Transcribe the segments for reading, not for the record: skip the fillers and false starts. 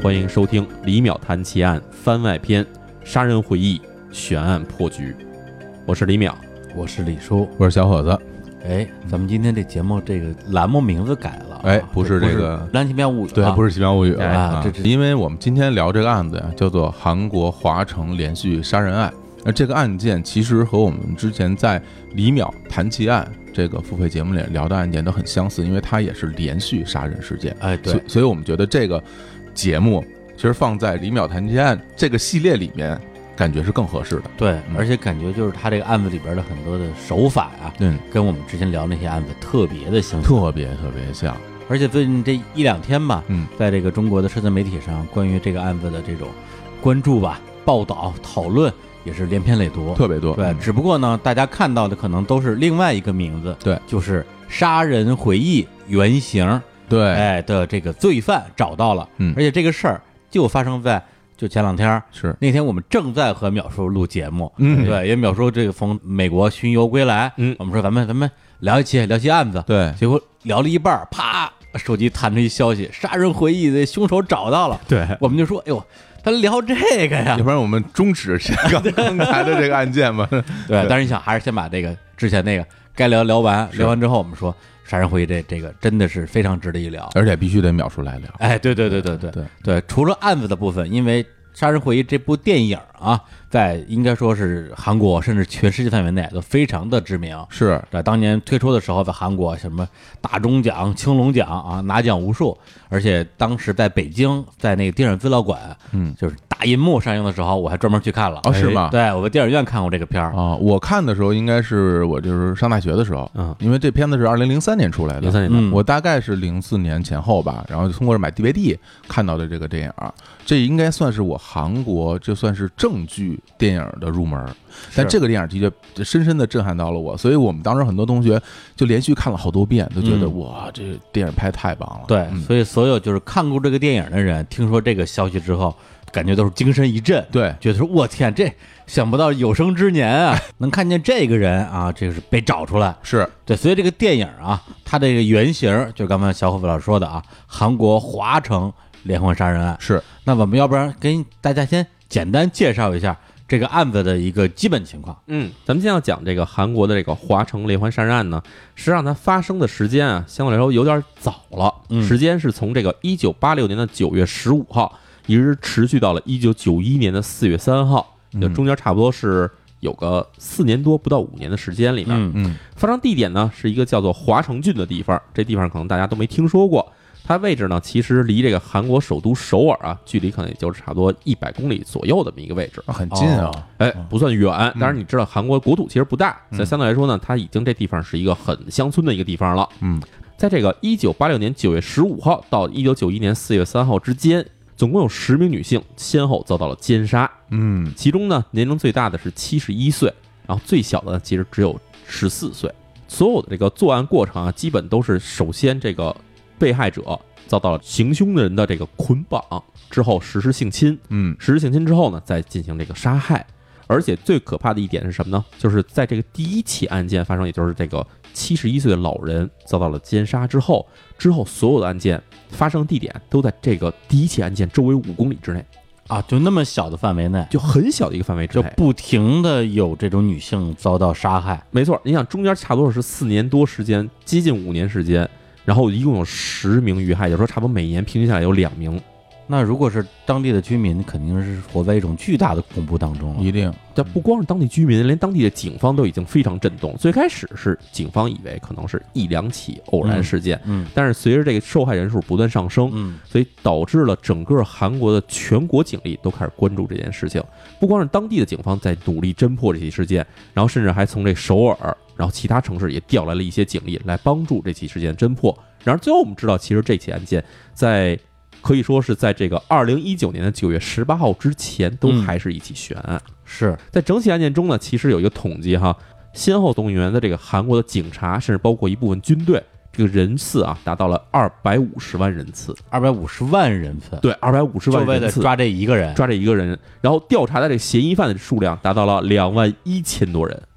欢迎收听李淼谈奇案番外篇杀人回忆悬案破局。我是李淼， 我是李叔， 我是小伙子。 哎，咱们今天这节目这个栏目名字改了， 哎，不是这个 《蓝奇妙物语》， 对，不是奇妙物语啊， 这因为我们今天聊这个案子呀，叫做韩国华城连续杀人案。那这个案件其实和我们之前在李淼谈奇案这个付费节目里聊的案件都很相似，因为它也是连续杀人事件。 哎，对， 所以我们觉得这个节目其实放在李淼谈奇案这个系列里面，感觉是更合适的。 对，而且感觉就是他这个案子里边的很多的手法呀，跟我们之前聊那些案子特别的相似， 特别像。 而且最近这一两天吧，在这个中国的社交媒体上，关于这个案子的这种关注吧、报道、讨论也是连篇累牍， 特别多。 对，只不过呢，大家看到的可能都是另外一个名字， 对， 就是杀人回忆原型， 对， 哎的这个罪犯找到了，而且这个事儿就发生在就前两天， 是那天我们正在和淼叔录节目，对，因为淼叔这个从美国巡游归来，我们说咱们聊一期案子， 对， 结果聊了一半，啪，手机弹出一消息，杀人回忆的凶手找到了， 对， 我们就说，哎呦。他聊这个呀， 要不然我们终止刚才的这个案件吧。 对，但是你想，还是先把这个之前那个该聊完之后，我们说杀人回忆这个真的是非常值得一聊， 而且必须得淼叔来聊。 哎，对，除了案子的部分，因为杀人回忆这部电影啊，在应该说是韩国甚至全世界范围内都非常的知名。 是在当年推出的时候，在韩国什么大钟奖、青龙奖啊，拿奖无数。而且当时在北京，在那个电影资料馆，就是大银幕上映的时候，我还专门去看了。 哦，是吗？ 对，我在电影院看过这个片儿。 哦，我看的时候应该是我就是上大学的时候，因为这片子是2003年出来的 ，03年， 我大概是04年前后吧，然后通过买 DVD 看到的这个电影，这应该算是我韩国就算是正剧电影的入门。但这个电影的确深深的震撼到了我，所以我们当时很多同学就连续看了好多遍，都觉得哇，这电影拍太棒了。 对，所以所有就是看过这个电影的人，听说这个消息之后，感觉都是精神一振， 对， 觉得说我天，这想不到有生之年啊，能看见这个人啊，这个是被找出来， 是对，所以这个电影啊，它这个原型就刚才小伙子老师说的啊，韩国华城连环杀人案。 是， 那我们要不然跟大家先简单介绍一下这个案子的一个基本情况。 咱们先要讲这个韩国的这个华城连环杀人案呢，实际上它发生的时间啊，相对来说有点早了，时间是从这个1986年的9月15号，一直持续到了1991年的4月3号，就中间差不多是有个4年多不到5年的时间里面。发生地点呢是一个叫做华城郡的地方，这地方可能大家都没听说过。它位置呢，其实离这个韩国首都首尔啊，距离可能也就是差不多100公里左右的这么一个位置， 很近啊， 不算远。当然，你知道韩国国土其实不大，所以相对来说呢，它已经这地方是一个很乡村的一个地方了。在这个1986年9月15号到1991年4月3号之间，总共有10名女性先后遭到了奸杀。其中呢，年龄最大的是71岁，然后最小的呢，其实只有14岁。所有的这个作案过程啊，基本都是首先这个被害者遭到了行凶的人的这个捆绑之后实施性侵，实施性侵之后呢，再进行这个杀害。而且最可怕的一点是什么呢？就是在这个第一起案件发生，也就是这个71岁的老人遭到了奸杀之后所有的案件发生地点都在这个第一起案件周围5公里之内啊，就那么小的范围内， 就很小的一个范围之内， 就不停的有这种女性遭到杀害。 没错，你想中间差不多是4年多时间，接近5年时间。然后一共有10名遇害，有时候差不多每年平均下来有2名。 那如果是当地的居民，肯定是活在一种巨大的恐怖当中了。 一定， 这不光是当地居民，连当地的警方都已经非常震动。最开始是警方以为可能是1-2起偶然事件，但是随着这个受害人数不断上升，所以导致了整个韩国的全国警力都开始关注这件事情。不光是当地的警方在努力侦破这起事件，然后甚至还从这首尔，然后其他城市也调来了一些警力来帮助这起事件侦破。然而最后我们知道，其实这起案件可以说是在这个2019年的9月18号之前都还是一起悬案。 是在整起案件中呢，其实有一个统计哈，先后动员的这个韩国的警察，甚至包括一部分军队，这个人次啊达到了250万人次。 250万人次， 对，250万人次， 就为了抓这一个人， 然后调查的这个嫌疑犯的数量达到了21000多人。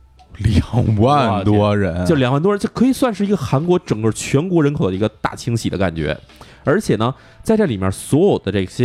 2万多人， 就2万多人，这可以算是一个韩国整个全国人口的一个大清洗的感觉。而且呢，在这里面所有的这些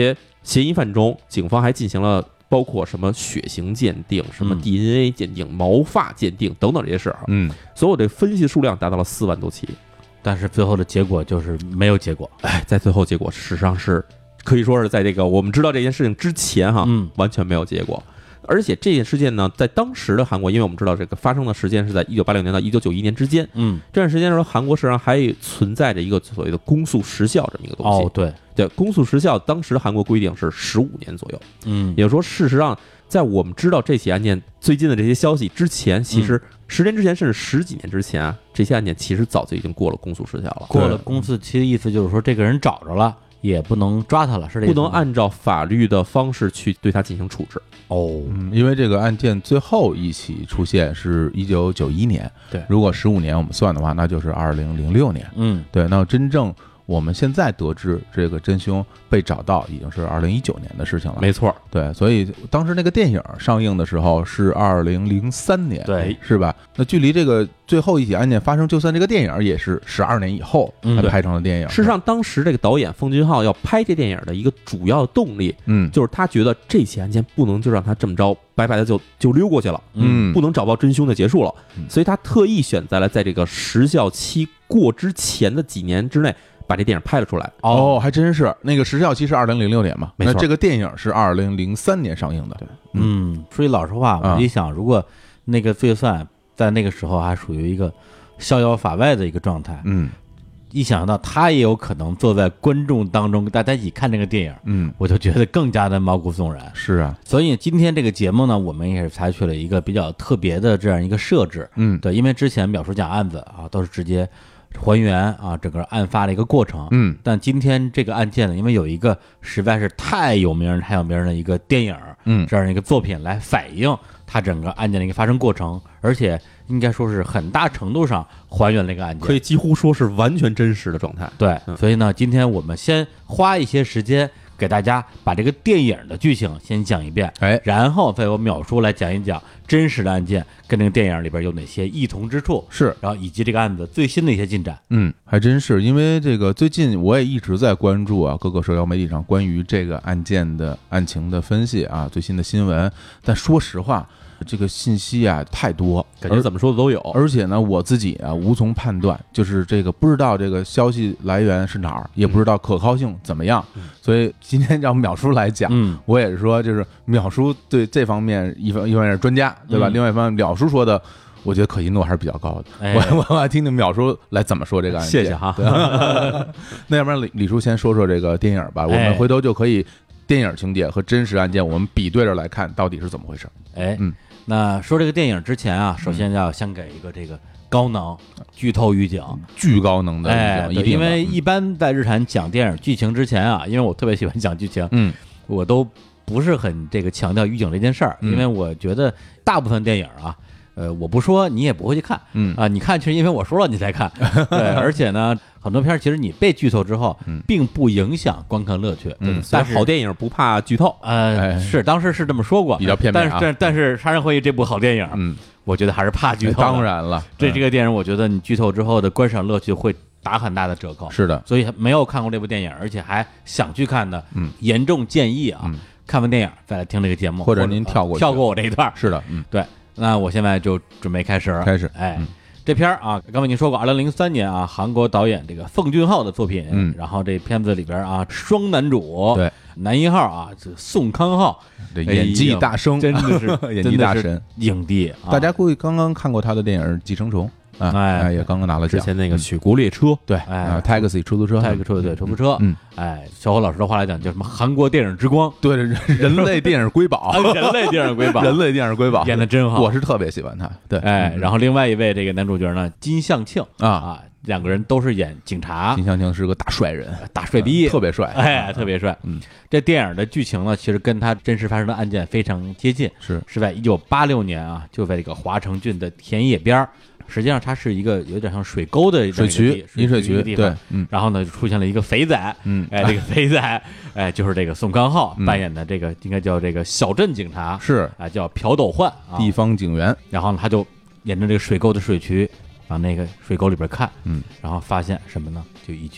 嫌疑犯中，警方还进行了包括什么血型鉴定、什么 DNA 鉴定、毛发鉴定等等这些事儿。所有的分析数量达到了4万多起， 但是最后的结果就是没有结果。 在最后结果事实上是可以说是在这个我们知道这件事情之前完全没有结果。而且这件事件呢，在当时的韩国，因为我们知道这个发生的时间是在1986年到1991年之间，这段时间的时候，韩国实际上还存在着一个所谓的公诉时效这么一个东西。对，公诉时效当时韩国规定是15年左右。也就是说，事实上，在我们知道这起案件最近的这些消息之前，其实10年之前，甚至10几年之前这些案件其实早就已经过了公诉时效了。 过了公诉期的意思就是说，这个人找着了，也不能抓他了，是这意思吗？ 不能按照法律的方式去对他进行处置。 因为这个案件最后一起出现是1991年， 对， 如果15年我们算的话，那就是2006年，对，那真正我们现在得知这个真凶被找到已经是2019年的事情了。 没错， 对，所以当时那个电影上映的时候是2003年， 对， 是吧？那距离这个最后一起案件发生，就算这个电影也是12年以后才拍成了电影。 事实上，当时这个导演奉俊昊要拍这电影的一个主要动力，就是他觉得这起案件不能就让他这么着白白的就溜过去了，不能找到真凶就结束了，所以他特意选在了在这个时效期过之前的几年之内把这电影拍了出来。 还真是，那个时效期是2006年嘛，那这个电影是2003年上映的。 对，说句老实话，我一想，如果那个罪犯在那个时候还属于一个逍遥法外的一个状态，一想到他也有可能坐在观众当中，大家一起看这个电影，我就觉得更加的毛骨悚然。 是啊， 所以今天这个节目呢，我们也是采取了一个比较特别的这样一个设置。对，因为之前淼叔讲案子啊，都是直接还原啊整个案发的一个过程。但今天这个案件呢，因为有一个实在是太有名的一个电影，这样一个作品来反映它整个案件的一个发生过程，而且应该说是很大程度上还原了一个案件， 可以几乎说是完全真实的状态。 对，所以呢，今天我们先花一些时间给大家把这个电影的剧情先讲一遍，然后再由淼叔来讲一讲真实的案件跟这个电影里边有哪些异同之处， 是， 然后以及这个案子最新的一些进展。 还真是，因为这个最近我也一直在关注啊各个社交媒体上关于这个案件的案情的分析啊，最新的新闻，但说实话，这个信息啊太多， 感觉怎么说的都有， 而且呢，我自己啊无从判断，就是这个不知道这个消息来源是哪儿，也不知道可靠性怎么样，所以今天让淼叔来讲，我也是说，就是淼叔对这方面一方面是专家，对吧？另外一方面，淼叔说的，我觉得可信度还是比较高的。我来听听淼叔来怎么说这个案件。 谢谢哈。 那要不然李叔先说说这个电影吧，我们回头就可以电影情节和真实案件我们比对着来看到底是怎么回事。 那说这个电影之前啊，首先要先给一个这个高能剧透预警， 巨高能的预警， 因为一般在日产讲电影剧情之前啊，因为我特别喜欢讲剧情，我都不是很这个强调预警这件事儿，因为我觉得大部分电影啊，我不说你也不会去看，你看就是因为我说了你才看，对，而且呢，很多片儿其实你被剧透之后，并不影响观看乐趣， 但是好电影不怕剧透， 是当时是这么说过， 比较片面啊， 但是《杀人会议》这部好电影，我觉得还是怕剧透， 当然了， 这个电影我觉得你剧透之后的观赏乐趣会打很大的折扣， 是的， 所以没有看过这部电影，而且还想去看的，严重建议啊，看完电影再来听这个节目， 或者您跳过我这一段， 是的， 对。那我现在就准备开始，这片儿啊，刚才您说过，2003年啊，韩国导演这个奉俊昊的作品，然后这片子里边啊，双男主， 对， 男一号啊，这宋康昊， 这演技大生， 真的是演技大神， 影帝， 大家估计刚刚看过他的电影《寄生虫》。也刚刚拿了奖。 之前那个雪国列车， 对，Taxi 出租车， 出租车，小伙老师的话来讲，叫什么韩国电影之光， 对，人类电影瑰宝， 人类电影瑰宝， 人类电影瑰宝， 演的真好， 我是特别喜欢他。对， 然后另外一位这个男主角呢，金相庆两个人都是演警察， 金相庆是个大帅人， 大帅逼， 特别帅， 特别帅。这电影的剧情呢，其实跟他真实发生的案件非常接近，是在1986年啊，就在这个华城郡的田野边儿。实际上它是一个有点像水沟的水渠，饮水渠地方。对，然后呢，出现了一个肥仔，这个肥仔，就是这个宋康昊扮演的这个应该叫这个小镇警察， 是叫朴斗焕， 地方警员。 然后呢，他就沿着这个水沟的水渠往那个水沟里边看，然后发现什么呢？就一具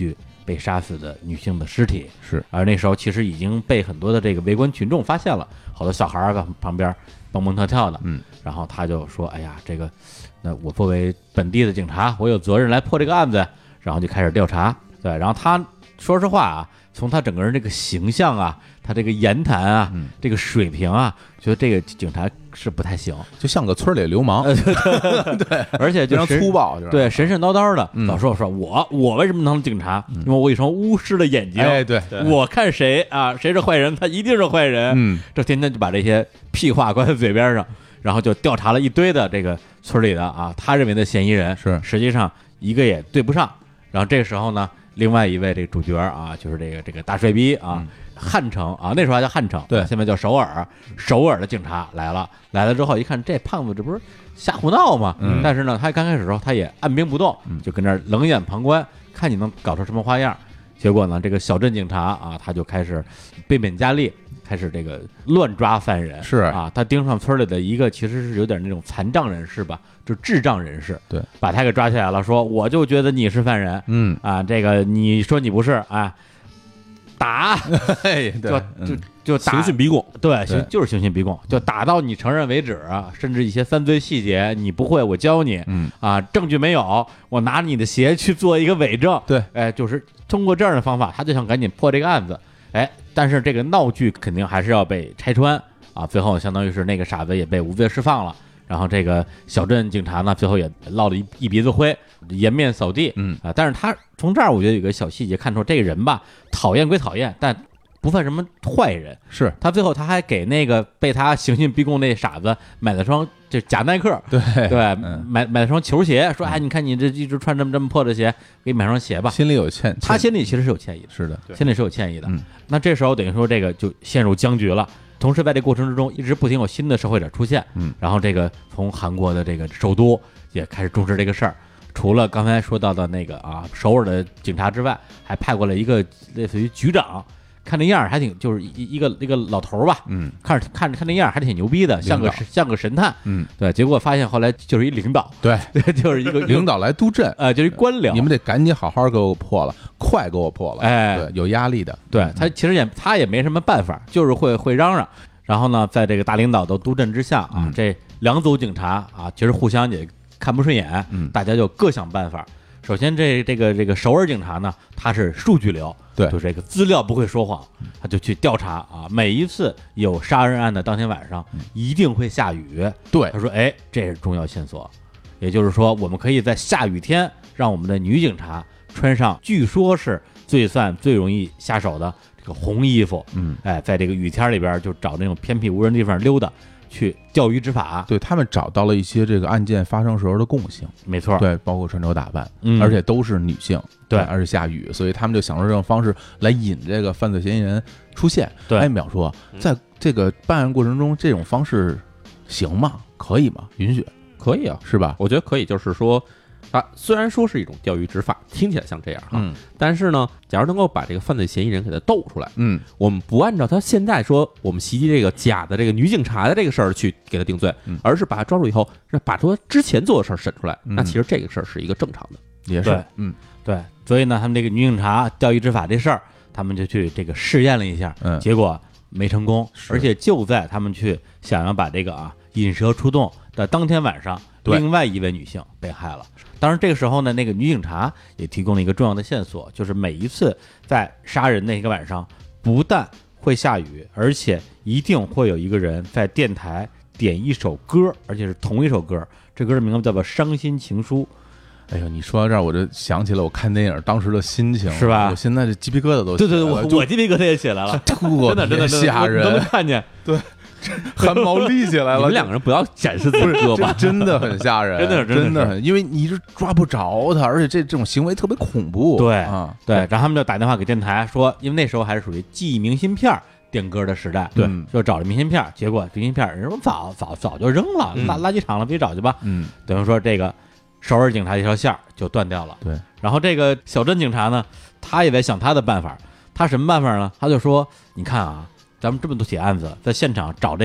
被杀死的女性的尸体。 是， 而那时候其实已经被很多的这个围观群众发现了，好多小孩在旁边蹦蹦跳跳的。然后他就说：“哎呀，这个，那我作为本地的警察，我有责任来破这个案子。”然后就开始调查。对，然后他说实话啊，从他整个人这个形象啊，他这个言谈啊，这个水平啊，觉得这个警察是不太行， 就像个村里流氓。对， 而且就非常粗暴， 对，神神叨叨的。老说我为什么能警察？因为我有一双巫师的眼睛。 哎，对， 我看谁啊，谁是坏人，他一定是坏人。这天天就把这些屁话挂在嘴边上，然后就调查了一堆的这个村里的啊，他认为的嫌疑人，实际上一个也对不上。然后这个时候呢，另外一位这个主角啊，就是这个大帅逼啊，汉城啊，那时候还叫汉城， 对， 现在叫首尔。首尔的警察来了之后，一看这胖子这不是瞎胡闹吗？但是呢，他刚开始的时候他也按兵不动，就跟那儿冷眼旁观，看你能搞出什么花样。结果呢，这个小镇警察啊，他就开始变本加厉，开始这个乱抓犯人。 是啊，他盯上村里的一个其实是有点那种残障人士吧，就智障人士。 对， 把他给抓起来了，说我就觉得你是犯人。这个你说你不是啊？打，就打， 刑讯逼供。 对，就是刑讯逼供，就打到你承认为止。甚至一些犯罪细节你不会，我教你。证据没有，我拿你的鞋去做一个伪证。 对， 就是通过这样的方法，他就想赶紧破这个案子。但是这个闹剧肯定还是要被拆穿啊。最后相当于是那个傻子也被无罪释放了。然后这个小镇警察呢，最后也落了一鼻子灰，颜面扫地。但是他从这儿我觉得有个小细节看出这个人吧，讨厌归讨厌，但不算什么坏人。 是他最后他还给那个被他刑讯逼供那傻子买了双就假耐克，对，买了双球鞋，说你看你这一直穿这么破的鞋，给你买双鞋吧。 心里有他心里其实是有歉意的， 是的， 心里是有歉意的。那这时候等于说这个就陷入僵局了。同时在这过程之中，一直不停有新的受害者出现。然后这个从韩国的这个首都也开始重视这个事儿。除了刚才说到的那个首尔的警察之外，还派过来一个类似于局长，看那样还挺就是一个老头吧，看那样还挺牛逼的，像个神探。对，结果发现后来就是一领导， 对， 就是一个领导来督阵， 就是一官僚， 你们得赶紧好好给我破了，快给我破了，对，有压力的。 对，他其实他也没什么办法，就是会嚷嚷。然后呢，在这个大领导的督阵之下这两组警察其实互相也看不顺眼，大家就各想办法。首先这个首尔警察呢，他是数据流， 对， 就这个资料不会说谎，他就去调查每一次有杀人案的当天晚上一定会下雨。 对， 他说这是重要线索，也就是说我们可以在下雨天让我们的女警察穿上据说是罪犯最容易下手的这个红衣服，在这个雨天里边就找那种偏僻无人地方溜达，去钓鱼执法。 对，他们找到了一些这个案件发生时候的共性， 没错， 对，包括穿着打扮，而且都是女性， 对， 而且下雨，所以他们就想出这种方式来引这个犯罪嫌疑人出现。 对， 淼叔，在这个办案过程中，这种方式行吗？可以吗？允许？ 可以啊， 是吧？ 我觉得可以，就是说。虽然说是一种钓鱼执法，听起来像这样但是呢，假如能够把这个犯罪嫌疑人给他逗出来，我们不按照他现在说我们袭击这个假的这个女警察的这个事儿去给他定罪，而是把他抓住以后，把他之前做的事儿审出来，那其实这个事儿是一个正常的， 也是， 对，所以呢，他们这个女警察钓鱼执法这事儿，他们就去这个试验了一下，结果没成功，而且就在他们去想要把这个引蛇出洞的当天晚上，另外一位女性被害了。当然这个时候呢，那个女警察也提供了一个重要的线索，就是每一次在杀人那个晚上，不但会下雨，而且一定会有一个人在电台点一首歌，而且是同一首歌，这歌的名字叫做《伤心情书》。 哎呦，你说到这儿，我就想起了我看电影当时的心情， 是吧？ 我现在这鸡皮疙瘩都起来了。 对，我鸡皮疙瘩也起来了， 特别吓人， 都能看见， 对。汗毛立起来了， 你们两个人不要展示自己胳膊， 真的很吓人，真的很，因为你是抓不着他，而且这种行为特别恐怖。 对对，然后他们就打电话给电台说，因为那时候还是属于寄明信片点歌的时代， 对， 就找了明信片，结果明信片人说早就扔了，垃圾场了，自己找去吧。等于说这个首尔警察这条线就断掉了。 对， 然后这个小镇警察呢，他也在想他的办法，他什么办法呢？他就说，你看咱们这么多起案子，在现场找这个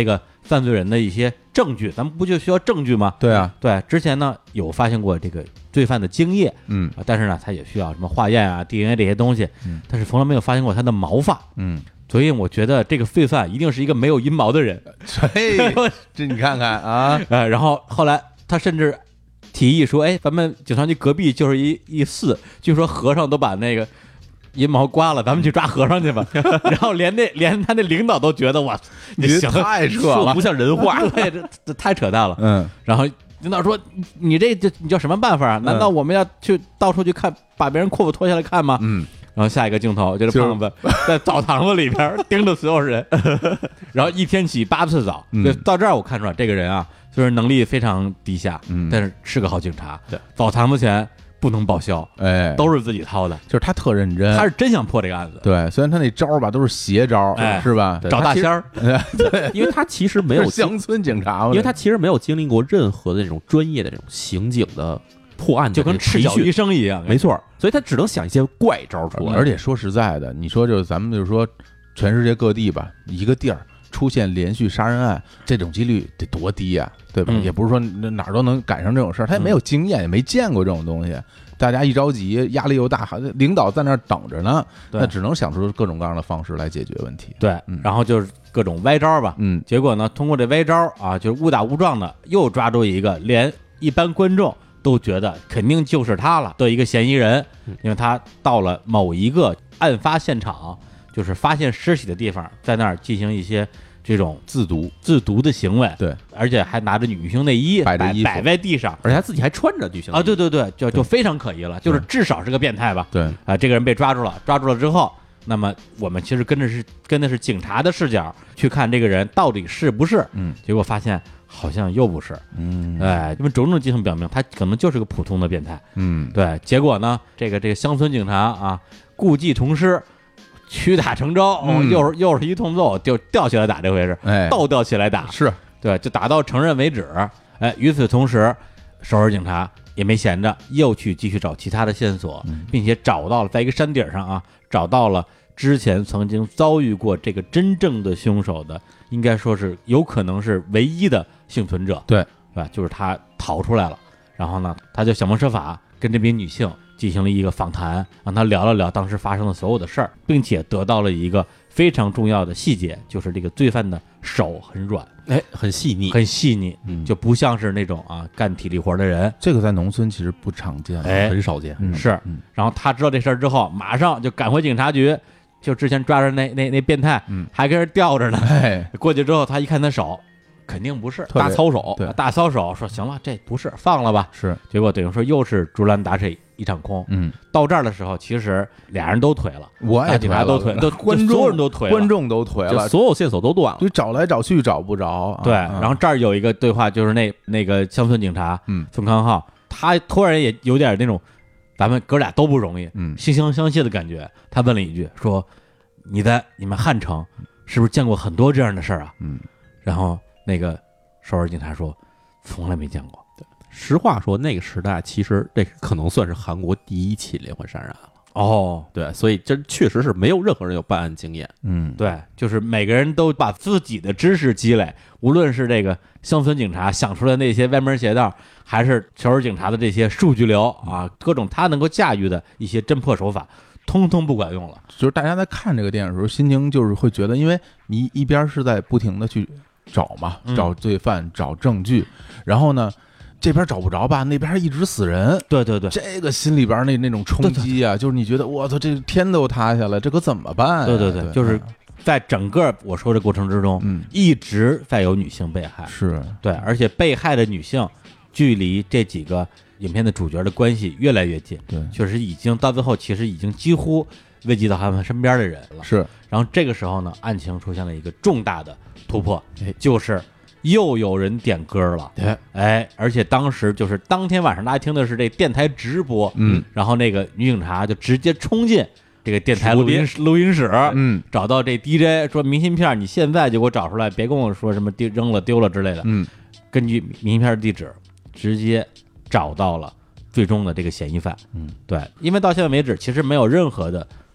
犯罪人的一些证据，咱们不就需要证据吗？ 对啊， 对，之前呢有发现过这个罪犯的精液，但是呢他也需要什么化验啊、DNA 这些东西，但是从来没有发现过他的毛发，所以我觉得这个罪犯一定是一个没有阴毛的人。 这你看看啊， 然后后来他甚至提议说，哎，咱们警察局隔壁就是一寺，据说和尚都把那个阴毛刮了，咱们去抓和尚去吧。然后连他那领导都觉得哇，你太扯了， 不像人话， 对，这太扯淡了。然后领导说，你叫什么办法啊？难道我们要去到处去看，把别人裤子脱下来看吗？然后下一个镜头就是胖子在澡堂子里边盯着所有人，然后一天起8次澡。到这儿我看出来这个人啊，虽然能力非常低下，但是个好警察。 对， 澡堂子钱不能报销， 哎， 都是自己掏的， 就是他特认真， 他是真想破这个案子。 对，虽然他那招吧都是邪招，是吧？ 找大仙儿， 对，因为他其实没有乡村警察， 因为他其实没有经历过任何的这种专业的这种刑警的破案， 就跟赤脚医生一样， 没错，所以他只能想一些怪招出来。 而且说实在的，你说就是咱们就是说，全世界各地吧，一个地儿出现连续杀人案，这种几率得多低呀，对吧？也不是说哪儿都能赶上这种事儿，他也没有经验，也没见过这种东西。大家一着急，压力又大，领导在那儿等着呢，那只能想出各种各样的方式来解决问题。 对，然后就是各种歪招吧。结果呢，通过这歪招啊，就是误打误撞的又抓住一个连一般观众都觉得肯定就是他了的一个嫌疑人，因为他到了某一个案发现场，就是发现尸体的地方，在那儿进行一些这种自毒的行为， 对， 而且还拿着女性内衣摆在地上， 而且他自己还穿着女性啊，对，就非常可疑了，就是至少是个变态吧？ 对啊，这个人被抓住了之后，那么我们其实跟的是警察的视角去看这个人到底是不是，结果发现好像又不是，因为种种迹象表明他可能就是个普通的变态，对，结果呢，这个乡村警察啊，故技重施。屈打成招，又是一通揍，就吊起来打，这回是，倒吊起来打， 是对，就打到承认为止。与此同时，首尔警察也没闲着，又去继续找其他的线索，并且找到了在一个山顶上啊，找到了之前曾经遭遇过这个真正的凶手的，应该说是有可能是唯一的幸存者， 对， 吧？就是他逃出来了，然后呢，他就想方设法跟这名女性进行了一个访谈，让他聊了聊当时发生的所有的事儿，并且得到了一个非常重要的细节，就是这个罪犯的手很软， 很细腻， 就不像是那种啊干体力活的人。 这个在农村其实不常见， 很少见。 是，然后他知道这事儿之后，马上就赶回警察局，就之前抓着那变态，还跟人吊着呢。过去之后，他一看他手。肯定不是大操手， 对， 大操手说行了，这不是放了吧？ 是， 结果等于说又是竹篮打水一场空。到这儿的时候，其实俩人都腿了， 我也警察都腿，所有人都腿了， 观众都腿了， 所有线索都断了， 就找来找去找不着。 对，然后这儿有一个对话，就是那个乡村警察，孙康浩，他突然也有点那种咱们哥俩都不容易，惺惺相惜的感觉。他问了一句说：“你们汉城是不是见过很多这样的事儿啊？”然后。那个首尔警察说从来没见过。 对，实话说那个时代其实这可能算是韩国第一起连环杀人案了。对，所以这确实是没有任何人有办案经验。 对，就是每个人都把自己的知识积累，无论是这个乡村警察想出来那些歪门邪道，还是首尔警察的这些数据流啊，各种他能够驾驭的一些侦破手法，通通不管用了。 就是大家在看这个电影的时候，心情就是会觉得，因为你一边是在不停的去找嘛，找罪犯，找证据，然后呢，这边找不着吧，那边一直死人， 对， 这个心里边那种冲击啊，就是你觉得我操，这天都塌下来，这可怎么办？ 对，就是在整个我说的过程之中，一直在有女性被害， 是对，而且被害的女性距离这几个影片的主角的关系越来越近， 对， 确实已经到最后，其实已经几乎危及到他们身边的人了。 是， 然后这个时候呢，案情出现了一个重大的突破，就是又有人点歌了，而且当时就是当天晚上大家听的是这电台直播，然后那个女警察就直接冲进这个电台录音室，找到这 DJ 说明信片你现在就给我找出来，别跟我说什么扔了丢了之类的，根据明信片的地址直接找到了最终的这个嫌疑犯，对，因为到现在为止其实没有任何的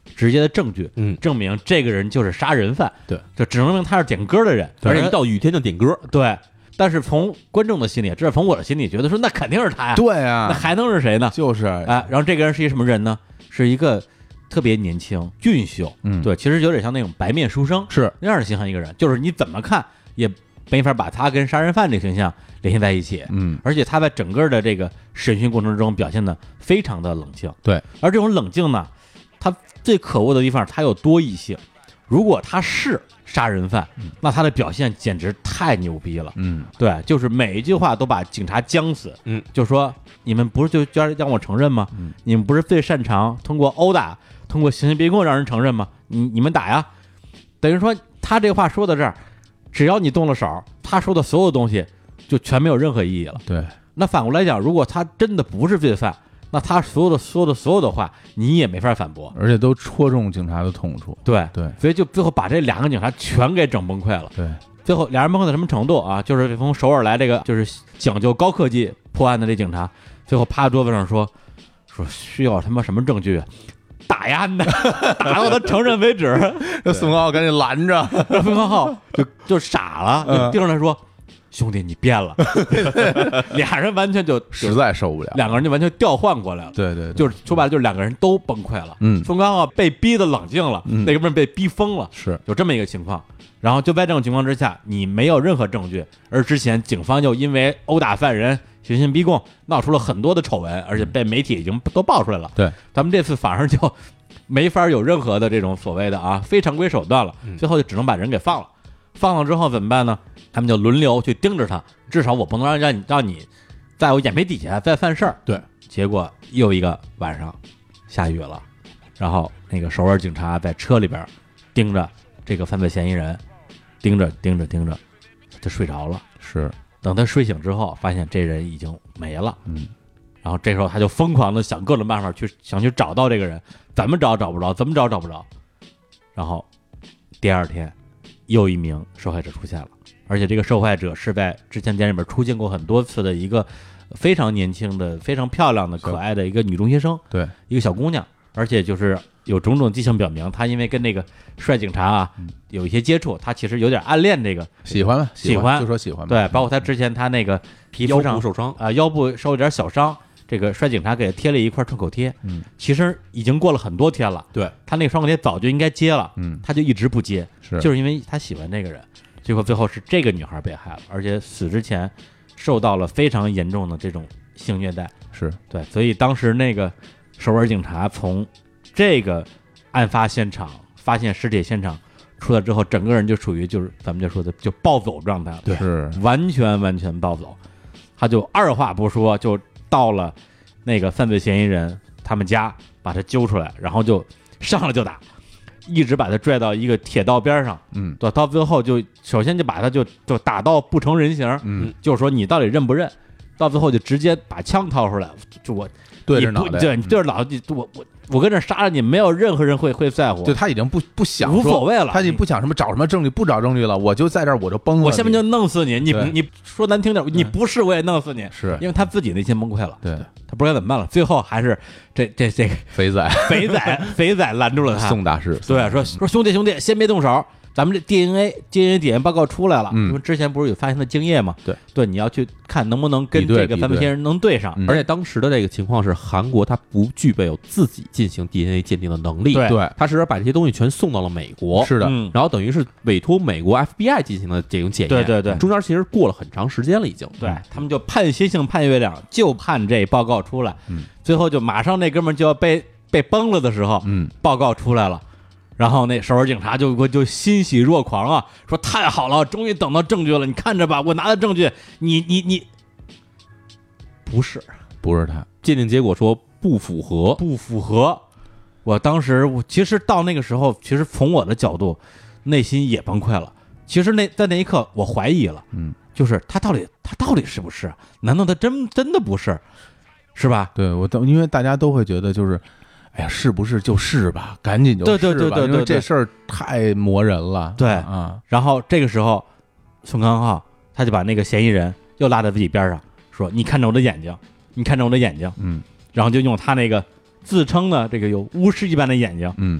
直接的证据，证明这个人就是杀人犯， 对， 就只能证明他是点歌的人， 而且一到雨天就点歌， 对。但是从观众的心里，这是从我的心里觉得说，那肯定是他呀， 对啊， 那还能是谁呢？ 就是然后这个人是一什么人呢？是一个特别年轻、俊秀，对，其实有点像那种白面书生是那样的形象一个人，就是你怎么看也没法把他跟杀人犯这个形象联系在一起，而且他在整个的这个审讯过程中表现的非常的冷静， 对， 而这种冷静呢，他最可恶的地方，他有多异性。如果他是杀人犯，那他的表现简直太牛逼了。对，就是每一句话都把警察僵死。就说你们不是就让我承认吗？你们不是最擅长通过殴打、通过刑讯逼供让人承认吗？你们打呀。等于说他这话说到这儿，只要你动了手，他说的所有东西就全没有任何意义了。 对， 那反过来讲，如果他真的不是罪犯，那他所有的话，你也没法反驳， 而且都戳中警察的痛处。 对， 所以就最后把这两个警察全给整崩溃了。 对， 最后俩人崩溃到什么程度啊？就是从首尔来这个就是讲究高科技破案的这警察，最后趴在桌子上说需要他妈什么证据？打呀，打到他承认为止。 这宋康昊赶紧拦着， 宋康昊就傻了，盯着他说。兄弟，你变了，俩人完全就实在受不了， 两个人就完全调换过来了。 对， 就是说白了，就是两个人都崩溃了。宋康昊被逼得冷静了，那个人被逼疯了， 是有这么一个情况。然后就在这种情况之下，你没有任何证据，而之前警方又因为殴打犯人、刑讯逼供，闹出了很多的丑闻，而且被媒体已经都爆出来了。 对， 咱们这次反而就没法有任何的这种所谓的非常规手段了，最后就只能把人给放了。放了之后怎么办呢？他们就轮流去盯着他，至少我不能让你在我眼皮底下再犯事儿。 对， 结果又一个晚上下雨了，然后那个首尔警察在车里边盯着这个犯罪嫌疑人，盯着就睡着了。 是， 等他睡醒之后，发现这人已经没了。然后这时候他就疯狂的想各种办法想去找到这个人，怎么找不着，怎么找不着。然后第二天。又一名受害者出现了，而且这个受害者是在之前电影里边出现过很多次的一个非常年轻的、非常漂亮的、可爱的一个女中学生， 对， 一个小姑娘，而且就是有种种迹象表明，她因为跟那个帅警察有一些接触，她其实有点暗恋这个， 喜欢就说喜欢吧， 对，包括她之前她那个皮肤上受伤腰部受了点小伤。这个帅警察给他贴了一块创口贴，其实已经过了很多天了， 对， 他那个创口贴早就应该接了，他就一直不接，就是因为他喜欢这个人，结果最后是这个女孩被害了，而且死之前受到了非常严重的这种性虐待， 是对，所以当时那个首尔警察从这个案发现场发现尸体现场出来之后，整个人就属于就是咱们就说的就暴走状态了， 对，是完全暴走，他就二话不说就到了那个犯罪嫌疑人他们家，把他揪出来，然后就上来就打，一直把他拽到一个铁道边上，到最后就首先就把他就打到不成人形，就是说你到底认不认？到最后就直接把枪掏出来，就我对着脑袋， 对着脑袋，我跟这杀了你，没有任何人会在乎。 就他已经不想无所谓了， 他已经不想什么找什么证据，不找证据了，我就在这儿我就崩了， 我下面就弄死你。你说难听点，你不是我也弄死你， 是因为他自己内心崩溃了， 对他不知道怎么办了。最后还是这个肥仔拦住了他， 宋大师， 对，说兄弟先别动手。咱们这 DNA 检验报告出来了，因为之前不是有发现的精液吗？对，你要去看能不能跟这个犯罪嫌疑人能对上。 而且当时的这个情况是，韩国它不具备有自己进行 DNA 鉴定的能力， 对， 它是把这些东西全送到了美国， 是的， 然后等于是委托美国 FBI 进行的这种检验， 对， 中间其实过了很长时间了，已经， 对他们就盼星星盼月亮，就盼这报告出来，最后就马上那哥们就要被崩了的时候，报告出来了。然后那首尔警察就欣喜若狂啊，说太好了，终于等到证据了，你看着吧，我拿的证据，你不是他， 鉴定结果说不符合。我当时其实到那个时候，其实从我的角度，内心也崩溃了。其实在那一刻，我怀疑了，就是他到底是不是？难道他真的不是？是吧？ 对，因为大家都会觉得就是。哎呀，是不是就是吧？赶紧就是吧，因为这事儿太磨人了。 对啊，然后这个时候，宋康昊他就把那个嫌疑人又拉在自己边上，说：“你看着我的眼睛，你看着我的眼睛。”然后就用他那个自称的这个有巫师一般的眼睛，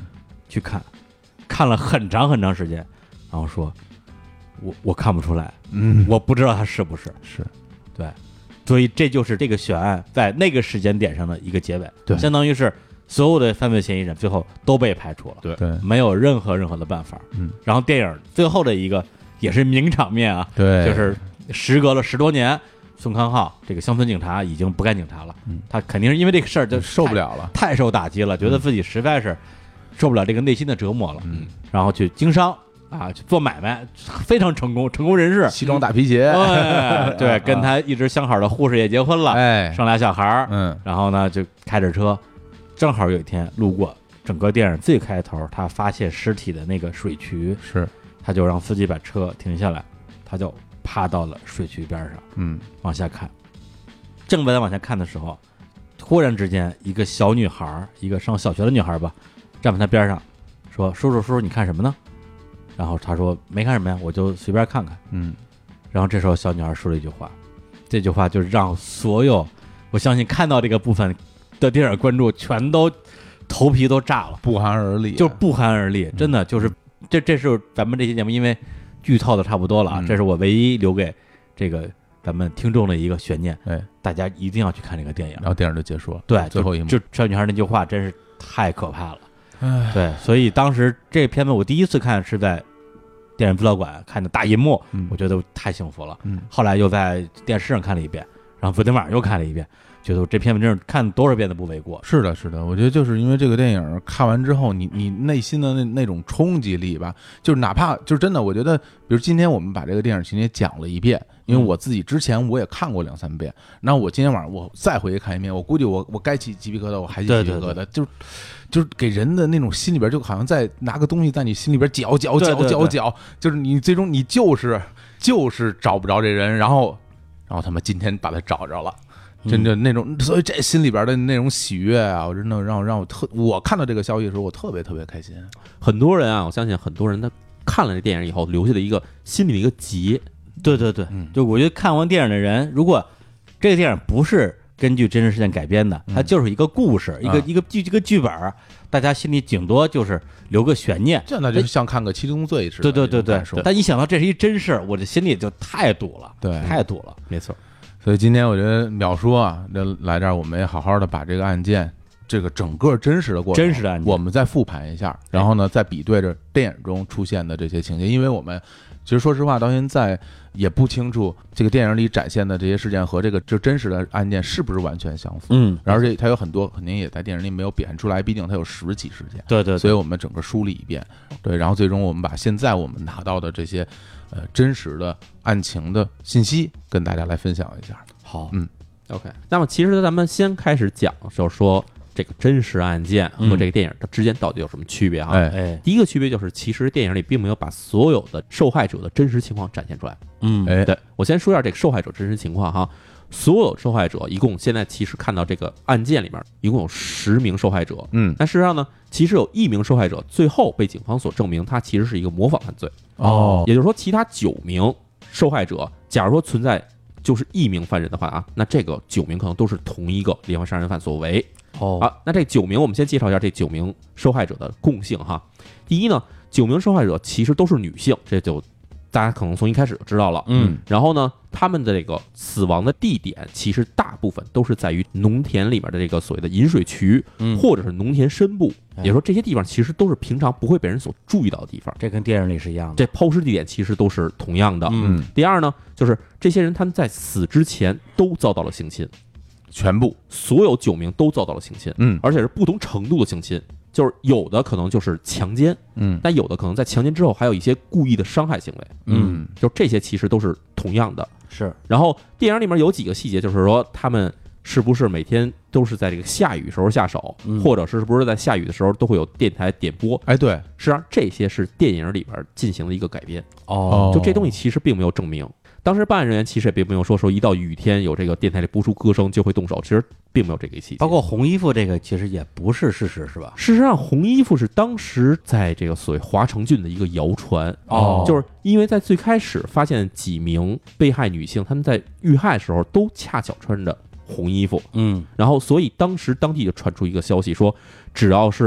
去看了很长很长时间，然后说我看不出来，我不知道他是不是对，所以这就是这个悬案在那个时间点上的一个结尾， 对， 相当于是所有的犯罪嫌疑人最后都被排除了， 对， 没有任何的办法。然后电影最后的一个也是名场面啊， 对， 就是时隔了10多年，宋康昊这个乡村警察已经不干警察了，他肯定是因为这个事儿就受不了了， 太受打击了，觉得自己实在是受不了这个内心的折磨了，然后去经商啊，去做买卖，非常成功人士， 西装大皮鞋， 对，跟他一直相好的护士也结婚了，生俩小孩儿，然后呢就开着车，正好有一天路过整个电影最开头他发现尸体的那个水渠， 是， 他就让司机把车停下来，他就趴到了水渠边上，往下看，正在往下看的时候，忽然之间一个小女孩，一个上小学的女孩吧，站在他边上说：“叔叔，你看什么呢？”然后他说：“没看什么呀，我就随便看看。”然后这时候小女孩说了一句话，这句话就让所有我相信看到这个部分的电影观众全都头皮都炸了， 不寒而栗， 就不寒而栗，真的就是这是咱们这期节目因为剧透的差不多了啊，这是我唯一留给这个咱们听众的一个悬念，大家一定要去看这个电影。 然后电影就结束了， 对， 最后一幕就小女孩那句话真是太可怕了。对，所以当时这片子我第一次看是在电影资料馆看的大银幕，我觉得太幸福了。后来又在电视上看了一遍，然后昨天晚上又看了一遍，觉得这片子真是看多少遍都不为过。 是的，我觉得就是因为这个电影看完之后，你内心的那种冲击力吧，就是哪怕就是真的，我觉得，比如今天我们把这个电影情节讲了一遍，因为我自己之前我也看过2-3遍，那我今天晚上我再回去看一遍，我估计我该起鸡皮疙瘩，我还起鸡皮疙瘩，就是给人的那种心里边就好像在拿个东西在你心里边搅，就是你最终你就是找不着这人，然后他们今天把他找着了。真的那种，所以这心里边的那种喜悦啊，我真的让我看到这个消息的时候，我特别开心。 很多人啊，我相信很多人他看了这电影以后留下的一个心里的一个结。 对，就我觉得看完电影的人，如果这个电影不是根据真实事件改编的，它就是一个故事，一个剧本，大家心里顶多就是留个悬念， 这那就像看个七宗罪似的。 对。但一想到这是一真事，我这心里就太堵了， 对， 太堵了， 没错。 所以今天我觉得淼叔啊，来这儿我们也好好的把这个案件，这个整个真实的过程， 真实的案件， 我们再复盘一下，然后呢，再比对着电影中出现的这些情节，因为我们其实说实话，到现在也不清楚这个电影里展现的这些事件和这个就真实的案件是不是完全相符。而且它有很多肯定也在电影里没有表现出来，毕竟它有10起事件。 对， 所以我们整个梳理一遍，对，然后最终我们把现在我们拿到的这些真实的案情的信息跟大家来分享一下。 好 ，OK。那么其实咱们先开始讲，就是说这个真实案件和这个电影之间到底有什么区别哈？第一个区别就是，其实电影里并没有把所有的受害者的真实情况展现出来。对，我先说一下这个受害者真实情况哈。所有受害者一共现在其实看到这个案件里面一共有10名受害者。但事实上呢，其实有1名受害者最后被警方所证明他其实是一个模仿犯罪。也就是说其他9名受害者，假如说存在就是1名犯人的话啊，那这个9名可能都是同一个连环杀人犯所为。那这9名我们先介绍一下这9名受害者的共性哈。第一呢，9名受害者其实都是女性，这就大家可能从一开始就知道了。然后呢，他们的这个死亡的地点其实大部分都是在于农田里面的这个所谓的引水渠，或者是农田深部。也就是说，这些地方其实都是平常不会被人所注意到的地方。 这跟电影里是一样的。 这抛尸地点其实都是同样的。第二呢，就是这些人他们在死之前都遭到了性侵， 全部所有9名都遭到了性侵。而且是不同程度的性侵。就是有的可能就是强奸，但有的可能在强奸之后还有一些故意的伤害行为，就这些其实都是同样的。 是，然后电影里面有几个细节，就是说他们是不是每天都是在这个下雨时候下手，或者是不是在下雨的时候都会有电台点播？ 对， 实际上这些是电影里边进行的一个改编。就这东西其实并没有证明。当时办案人员其实也并没有说一到雨天有这个电台里播出歌声就会动手，其实并没有这个细节。 包括红衣服这个其实也不是事实，是吧？ 事实上，红衣服是当时在这个所谓华城郡的一个谣传。就是因为在最开始发现几名被害女性，她们在遇害的时候都恰巧穿着红衣服。然后所以当时当地就传出一个消息说，只要是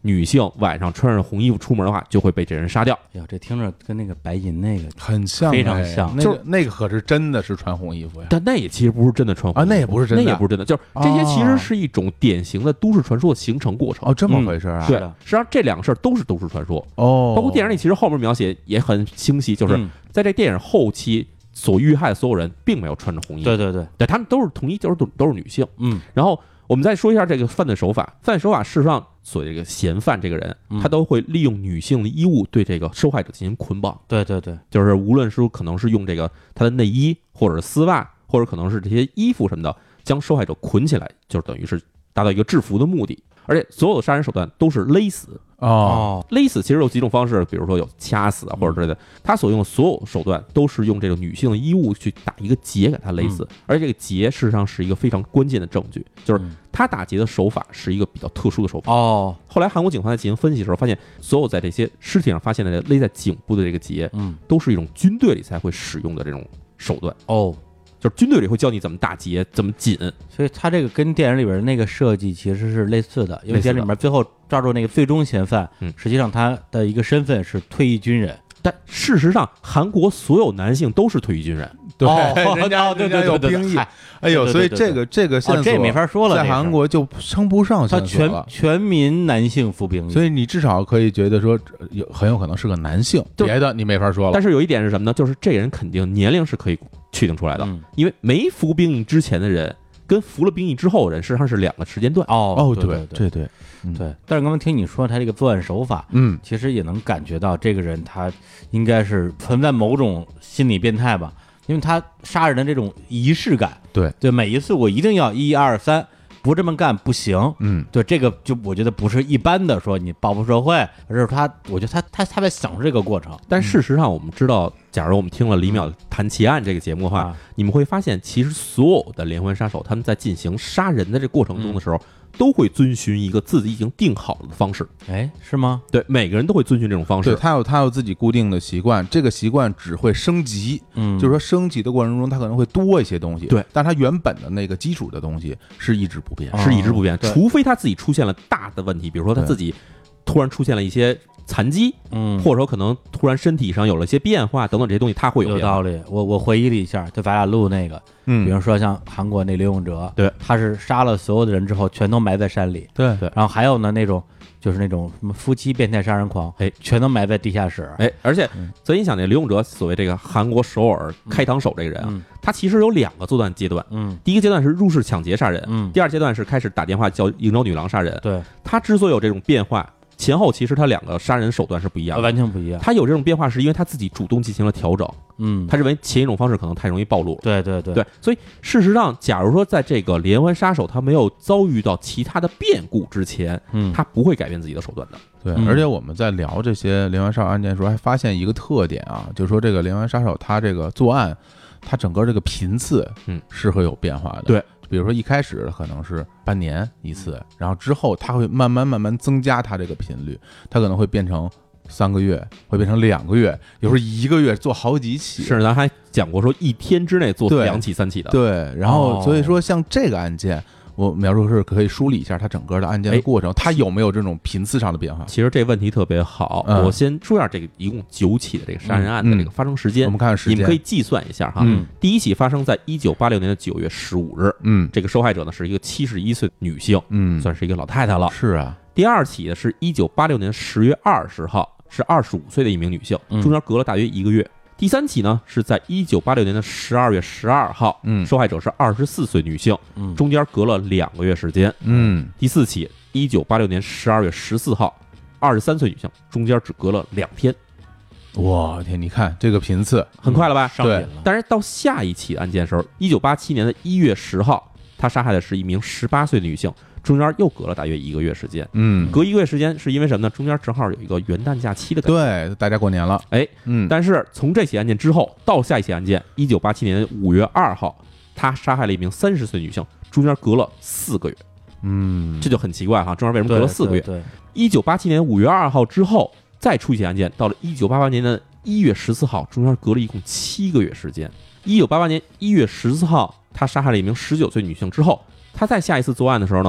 女性晚上穿上红衣服出门的话，就会被这人杀掉。 呀，这听着跟那个白银那个很像， 非常像。 那个可是真的是穿红衣服呀， 但那也其实不是真的穿红衣服那也不是真的， 那也不是真的，就是这些其实是一种典型的都市传说的形成过程。 这么回事啊？ 对，实际上这两个事儿都是都市传说。包括电影里其实后面描写也很清晰，就是在这电影后期所遇害的所有人并没有穿着红衣服。 对， 他们都是统一，就是都是女性。然后我们再说一下这个犯罪手法。犯罪手法事实上，所谓这个嫌犯这个人，他都会利用女性的衣物对这个受害者进行捆绑。 对， 就是无论是可能是用这个他的内衣，或者是丝袜，或者可能是这些衣服什么的，将受害者捆起来，就等于是达到一个制服的目的。而且所有的杀人手段都是勒死。勒死其实有几种方式，比如说有掐死啊，或者之类的。他所用的所有手段都是用这个女性的衣物去打一个结给他勒死，而且这个结事实上是一个非常关键的证据，就是他打结的手法是一个比较特殊的手法。后来韩国警方在进行分析的时候，发现所有在这些尸体上发现的勒在颈部的这个结，都是一种军队里才会使用的这种手段。就是军队里会教你怎么打结，怎么紧， 所以他这个跟电影里边那个设计其实是类似的，因为电影里面最后抓住那个最终嫌犯，实际上他的一个身份是退役军人， 但事实上韩国所有男性都是退役军人。 对，人家有兵役。所以这个线索这没法说了， 在韩国就称不上线索了。 他全民男性服兵役， 所以你至少可以觉得说很有可能是个男性，别的你没法说了。 但是有一点是什么呢？就是这个人肯定年龄是可以确定出来的，因为没服兵役之前的人跟服了兵役之后的人，实际上是两个时间段。 对。但是刚刚听你说他这个作案手法，其实也能感觉到这个人他应该是存在某种心理变态吧，因为他杀人的这种仪式感。对，每一次我一定要1、2、3，不这么干不行。对，这个就我觉得不是一般的说你报复社会，而是我觉得他在享受这个过程。 但事实上我们知道，假如我们听了李淼谈奇案这个节目的话，你们会发现其实所有的连环杀手他们在进行杀人的这过程中的时候，都会遵循一个自己已经定好了的方式。 是吗？ 对，每个人都会遵循这种方式。 对，他有自己固定的习惯，这个习惯只会升级。就是说升级的过程中，他可能会多一些东西。 对， 但他原本的那个基础的东西是一直不变， 除非他自己出现了大的问题，比如说他自己突然出现了一些残疾，或者说可能突然身体上有了一些变化等等这些东西，他会有道理。我回忆了一下，就咱俩录那个，比如说像韩国那刘永哲， 对， 他是杀了所有的人之后，全都埋在山里， 对。 然后还有呢那种就是那种什么夫妻变态杀人狂，全都埋在地下室， 而且所以你想那刘永哲所谓这个韩国首尔开膛手这个人啊，他其实有2个作案阶段，第一个阶段是入室抢劫杀人，第二阶段是开始打电话叫应招女郎杀人。 对， 他之所以有这种变化，前后其实他2个杀人手段是不一样的， 完全不一样。 他有这种变化是因为他自己主动进行了调整，他认为前一种方式可能太容易暴露了。 对， 所以事实上，假如说在这个连环杀手他没有遭遇到其他的变故之前，他不会改变自己的手段的。 对，而且我们在聊这些连环杀手案件的时候，还发现一个特点啊，就是说这个连环杀手他这个作案，他整个这个频次是会有变化的。 对， 比如说一开始可能是半年一次，然后之后他会慢慢增加他这个频率，他可能会变成3个月，会变成2个月，有时候1个月做好几起。 是，咱还讲过说1天之内做2起3起的。 对，然后所以说像这个案件，我描述是可以梳理一下它整个的案件的过程，它有没有这种频次上的变化？ 其实这问题特别好，我先说一下这个一共9起的这个杀人案的这个发生时间。 我们看时间， 你们可以计算一下哈。第一起发生在1986年的9月15日，这个受害者呢是一个71岁女性，算是一个老太太了。 是啊。 第二起的是1986年10月20号，是25岁的一名女性，中间隔了大约1个月。第三起呢是在1986年的12月12号，受害者是24岁女性，中间隔了2个月时间。第四起1986年12月14号，23岁女性，中间只隔了2天。 哇天，你看这个频次很快了吧？ 对。 但是到下一起案件的时候，1987年的1月10号，他杀害的是一名18岁女性，中间又隔了大约1个月时间。隔1个月时间是因为什么呢？中间正好有一个元旦假期的感觉， 对，大家过年了。 但是从这起案件之后到下一起案件，1987年5月2号，他杀害了一名30岁女性，中间隔了4个月。这就很奇怪哈，中间为什么隔了4个月？1987年5月2号之后再出一起案件，到了1988年的1月14号，中间隔了一共7个月时间。1988年1月14号，他杀害了一名19岁女性之后，他再下一次作案的时候呢，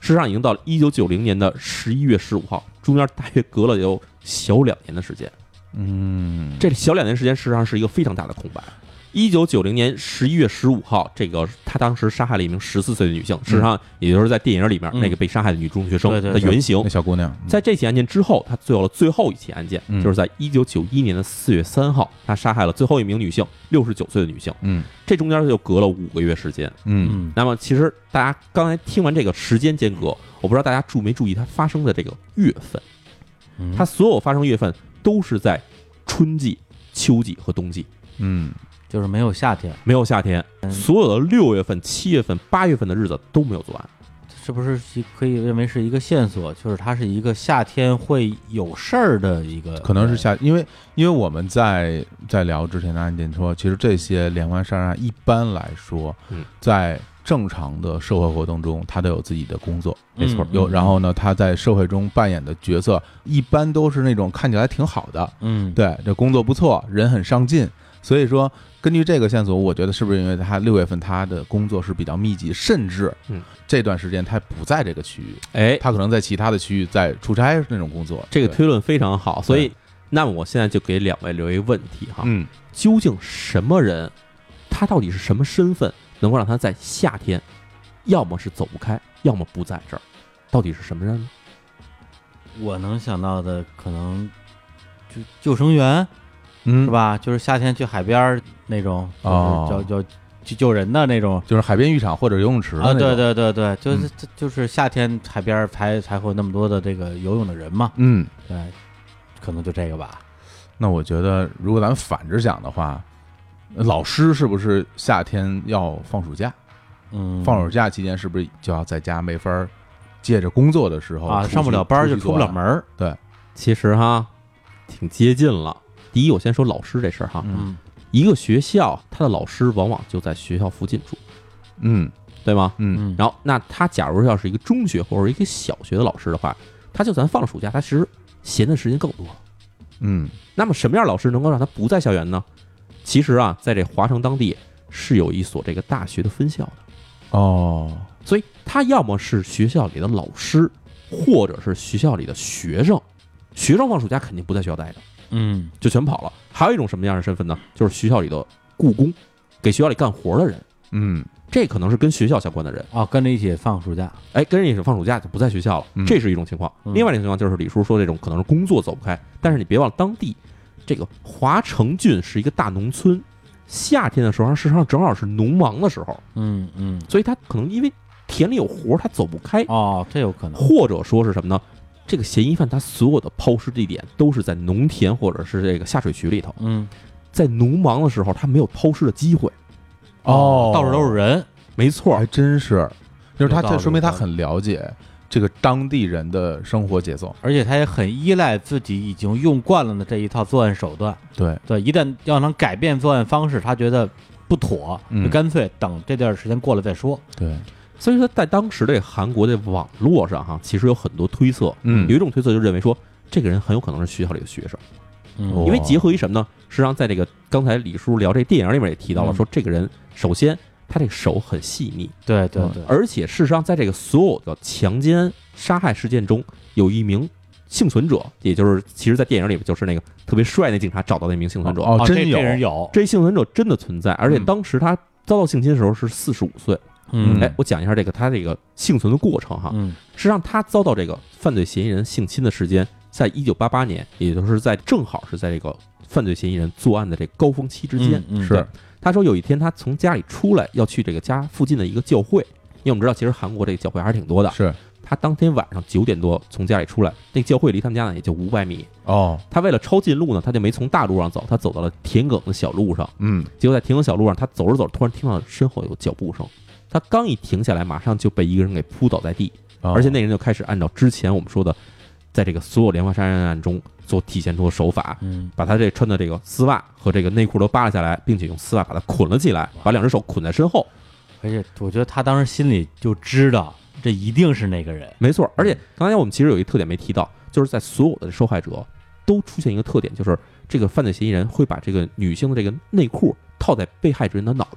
事实上已经到了1990年的11月15号，中间大约隔了有小2年的时间。这小2年时间实际上是一个非常大的空白。1990年11月15号，这个他当时杀害了一名14岁的女性，事实上也就是在电影里面那个被杀害的女中学生的原型， 那小姑娘。 在这起案件之后，他做了最后一起案件，就是在1991年的4月3号，他杀害了最后一名女性，69岁的女性。这中间就隔了5个月时间。那么其实大家刚才听完这个时间间隔，我不知道大家注没注意它发生的这个月份，它所有发生月份都是在春季、秋季和冬季。 就是没有夏天， 没有夏天，所有的6月份、7月份、8月份的日子都没有作案， 是不是可以认为是一个线索？就是它是一个夏天会有事儿的一个， 可能是因为我们在聊之前的案件说，其实这些连环杀人案一般来说，在正常的社会活动中，他都有自己的工作， 没错， 然后呢，他在社会中扮演的角色一般都是那种看起来挺好的，对，这工作不错，人很上进，所以说。根据这个线索，我觉得是不是因为他6月份他的工作是比较密集，甚至这段时间他不在这个区域，他可能在其他的区域在出差那种工作。 这个推论非常好，所以那么我现在就给2位留一个问题哈，究竟什么人，他到底是什么身份，能够让他在夏天，要么是走不开，要么不在这儿，到底是什么人呢？ 我能想到的可能救生员。是吧？就是夏天去海边那种，就是去救人的那种， 就是海边浴场或者游泳池啊。对，就是夏天海边才会有那么多的这个游泳的人嘛。对，可能就这个吧。 那我觉得，如果咱们反着想的话，老师是不是夏天要放暑假？放暑假期间是不是就要在家没法借着工作的时候上不了班就出不了门？ 对， 其实哈，挺接近了。第一，我先说老师这事儿哈，一个学校他的老师往往就在学校附近住，对吗？然后那他假如要是一个中学或者一个小学的老师的话，他就算放了暑假，他其实闲的时间更多。那么什么样老师能够让他不在校园呢？其实啊，在这华城当地是有一所这个大学的分校的所以他要么是学校里的老师，或者是学校里的学生。学生放暑假肯定不在学校待着。就全跑了。还有一种什么样的身份呢？就是学校里的雇工，给学校里干活的人。这可能是跟学校相关的人跟着一起放暑假。 跟着一起放暑假就不在学校了，这是一种情况。另外一种情况就是李叔说这种可能是工作走不开，但是你别忘了当地这个华城郡是一个大农村，夏天的时候事实上正好是农忙的时候。所以他可能因为田里有活，他走不开。 这有可能。 或者说是什么呢？这个嫌疑犯他所有的抛尸地点都是在农田或者是这个下水渠里头。在农忙的时候他没有抛尸的机会。 到处都是人。 没错， 还真是，就是他这说明他很了解这个当地人的生活节奏， 而且他也很依赖自己已经用惯了的这一套作案手段。 对， 一旦要能改变作案方式，他觉得不妥，就干脆等这段时间过了再说。 对。 所以说，在当时这韩国的网络上哈，其实有很多推测。有一种推测就认为说，这个人很有可能是学校里的学生。因为结合于什么呢？实际上，在这个刚才李叔聊这电影里面也提到了，说这个人首先他这个手很细腻， 对， 而且事实上，在这个所有的强奸杀害事件中，有一名幸存者，也就是其实，在电影里面就是那个特别帅那警察找到那名幸存者。 真有， 这人有， 这幸存者真的存在，而且当时他遭到性侵的时候是45岁。我讲一下他这个幸存的过程哈。实际上他遭到这个犯罪嫌疑人性侵的时间，在1988年，也就是正好是在这个犯罪嫌疑人作案的这高峰期之间。 是， 他说有一天他从家里出来，要去这个家附近的一个教会，因为我们知道其实韩国这个教会还是挺多的。 是， 他当天晚上9点多从家里出来，那个教会离他们家呢也就500米。他为了抄近路呢，他就没从大路上走，他走到了田埂的小路上。结果在田埂小路上，他走着走着，突然听到身后有脚步声。他刚一停下来，马上就被一个人给扑倒在地，而且那人就开始按照之前我们说的，在这个所有连环杀人案中所体现出的手法，把他这穿的这个丝袜和这个内裤都扒了下来，并且用丝袜把他捆了起来，把2只手捆在身后。 而且我觉得他当时心里就知道这一定是那个人。 没错，而且刚才我们其实有一个特点没提到，就是在所有的受害者都出现一个特点，就是这个犯罪嫌疑人会把这个女性的这个内裤套在被害者人的脑袋上，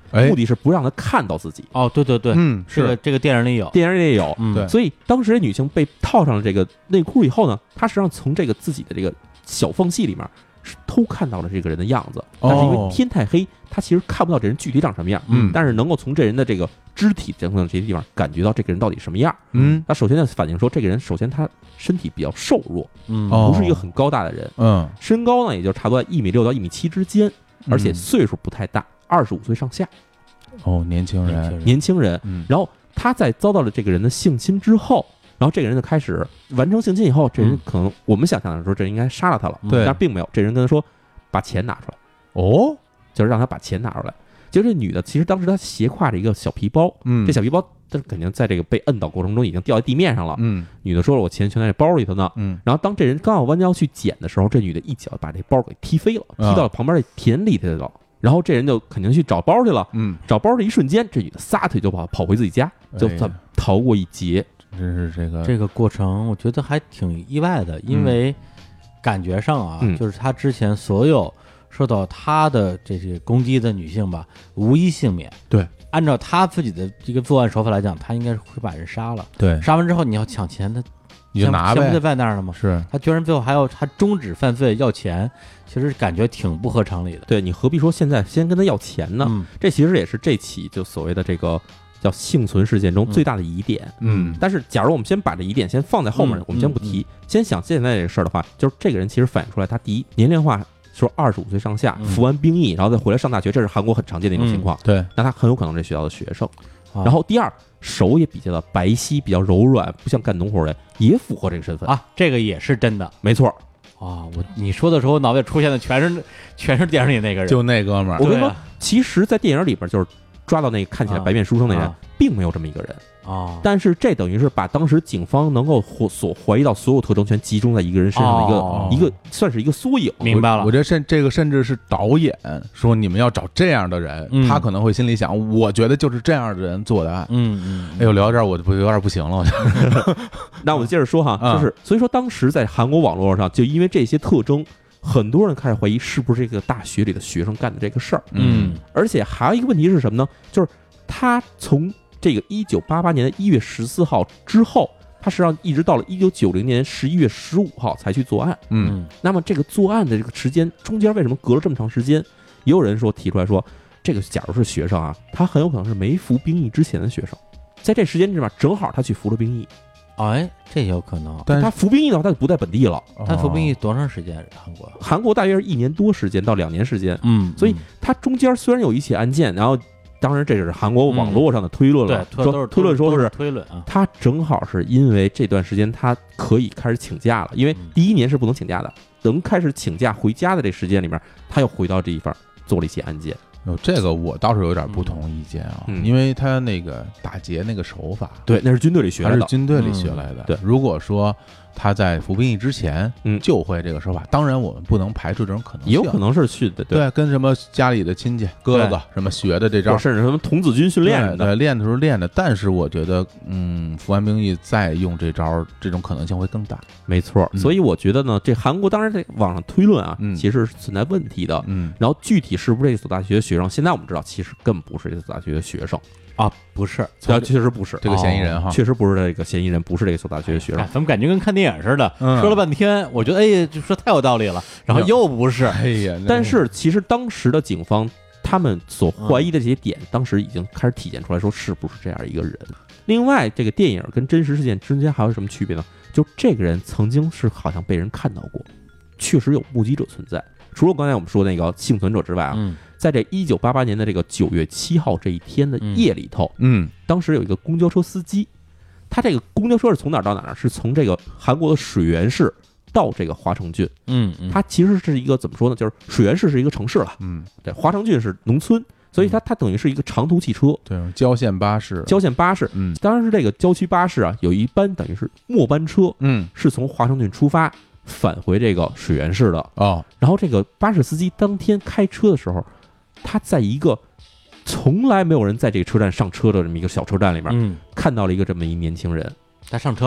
目的是不让他看到自己。 哦，对对对，这个电影里有， 对，所以当时这女性被套上了这个内裤以后呢，她实际上从这个自己的这个小缝隙里面是偷看到了这个人的样子，但是因为天太黑，她其实看不到这人具体长什么样，但是能够从这人的这个肢体等等这些地方感觉到这个人到底什么样。他首先呢反映说，这个人首先他身体比较瘦弱，不是一个很高大的人，身高呢也就差不多在1.6米到1.7米之间，而且岁数不太大，25岁上下。 年轻人。 然后他在遭到了这个人的性侵之后，然后这个人就开始完成性侵以后，这人可能我们想象的说这人应该杀了他了，但是并没有。这人跟他说把钱拿出来，就是让他把钱拿出来。结果这女的其实当时她斜挎着一个小皮包，这小皮包她肯定在这个被摁倒过程中已经掉在地面上了。女的说了，我钱全在这包里头呢。然后当这人刚要弯腰去捡的时候，这女的一脚把这包给踢飞了，踢到了旁边的田里去了。然后这人就肯定去找包去了。找包的一瞬间，这女的撒腿就跑回自己家，就算逃过一劫。 真是这个过程，我觉得还挺意外的，因为感觉上啊，就是他之前所有受到他的这些攻击的女性吧，无一幸免。 对， 按照他自己的这个作案手法来讲，他应该是会把人杀了。 对， 杀完之后你要抢钱， 你就拿呗， 不就在那儿了吗？ 是他居然最后还要他终止犯罪要钱，其实感觉挺不合常理的。 对，你何必说现在先跟他要钱呢？这其实也是这起就所谓的这个叫幸存事件中最大的疑点。但是假如我们先把这疑点先放在后面，我们先不提，先想现在这个事儿的话，就是这个人其实反映出来，他第一年龄化说25岁上下，服完兵役然后再回来上大学，这是韩国很常见的一种情况。 对， 那他很有可能是学校的学生。然后第二，手也比较的白皙，比较柔软，不像干农活的，也符合这个身份啊。这个也是真的， 没错啊。你说的时候，脑袋出现的全是电影里那个人， 就那哥们儿。 我跟你说，其实，在电影里边就是抓到那个看起来白面书生的人，并没有这么一个人。但是这等于是把当时警方能够所怀疑到所有特征全集中在一个人身上的一个算是一个缩影。 明白了， 我觉得这个甚至是导演说你们要找这样的人，他可能会心里想，我觉得就是这样的人做的案。哎呦，聊到这儿我就有点不行了。 那我们接着说哈，就是所以说当时在韩国网络上，就因为这些特征，很多人开始怀疑是不是这个大学里的学生干的这个事儿。而且还有一个问题是什么呢？就是他从这个1988年的1月14号之后，他实际上一直到了1990年11月15号才去作案。那么这个作案的这个时间中间为什么隔了这么长时间？也有人说提出来说，这个假如是学生啊，他很有可能是没服兵役之前的学生，在这时间里面正好他去服了兵役。 哎，这有可能。 但他服兵役的话，他就不在本地了。 他服兵役多长时间？ 韩国大约是1年多时间到2年时间。所以他中间虽然有一起案件，然后当然这是韩国网络上的推论了，推论说是推论啊， 他正好是因为这段时间他可以开始请假了，因为第1年是不能请假的，等开始请假回家的这时间里面，他又回到这一方做了一些案件。 这个我倒是有点不同意见啊，因为他那个打劫那个手法， 对，那是军队里学来的， 是军队里学来的。对，如果说他在服兵役之前就会这个手法，当然我们不能排除这种可能性， 也有可能是去的， 对，跟什么家里的亲戚哥哥什么学的这招， 甚至什么童子军训练的， 对，练的时候练的。但是我觉得，服完兵役再用这招，这种可能性会更大。 没错，所以我觉得呢，这韩国当然在网上推论啊，其实是存在问题的。然后具体是不是这所大学的学生，现在我们知道，其实根本不是这所大学的学生。 不是， 确实不是这个嫌疑人哈， 确实不是这个嫌疑人，不是这所大学的学生。 怎么感觉跟看电影似的？说了半天，我觉得就说太有道理了，然后又不是。 哎呀， 但是其实当时的警方他们所怀疑的这些点，当时已经开始体现出来，说是不是这样一个人。另外，这个电影跟真实事件之间还有什么区别呢？就这个人曾经是好像被人看到过，确实有目击者存在。除了刚才我们说那个幸存者之外啊，在这1988年的这个9月7号这一天的夜里头，当时有一个公交车司机，他这个公交车是从哪儿到哪儿？是从这个韩国的水原市到这个华城郡。它其实是一个怎么说呢？就是水原市是一个城市了，对，华城郡是农村，所以它等于是一个长途汽车， 对，郊县巴士， 当然是这个郊区巴士啊，有一班等于是末班车，是从华城郡出发。返回这个水原市的然后这个巴士司机当天开车的时候，他在一个从来没有人在这个车站上车的这么一个小车站里面，看到了一个这么一年轻人， 他上车了，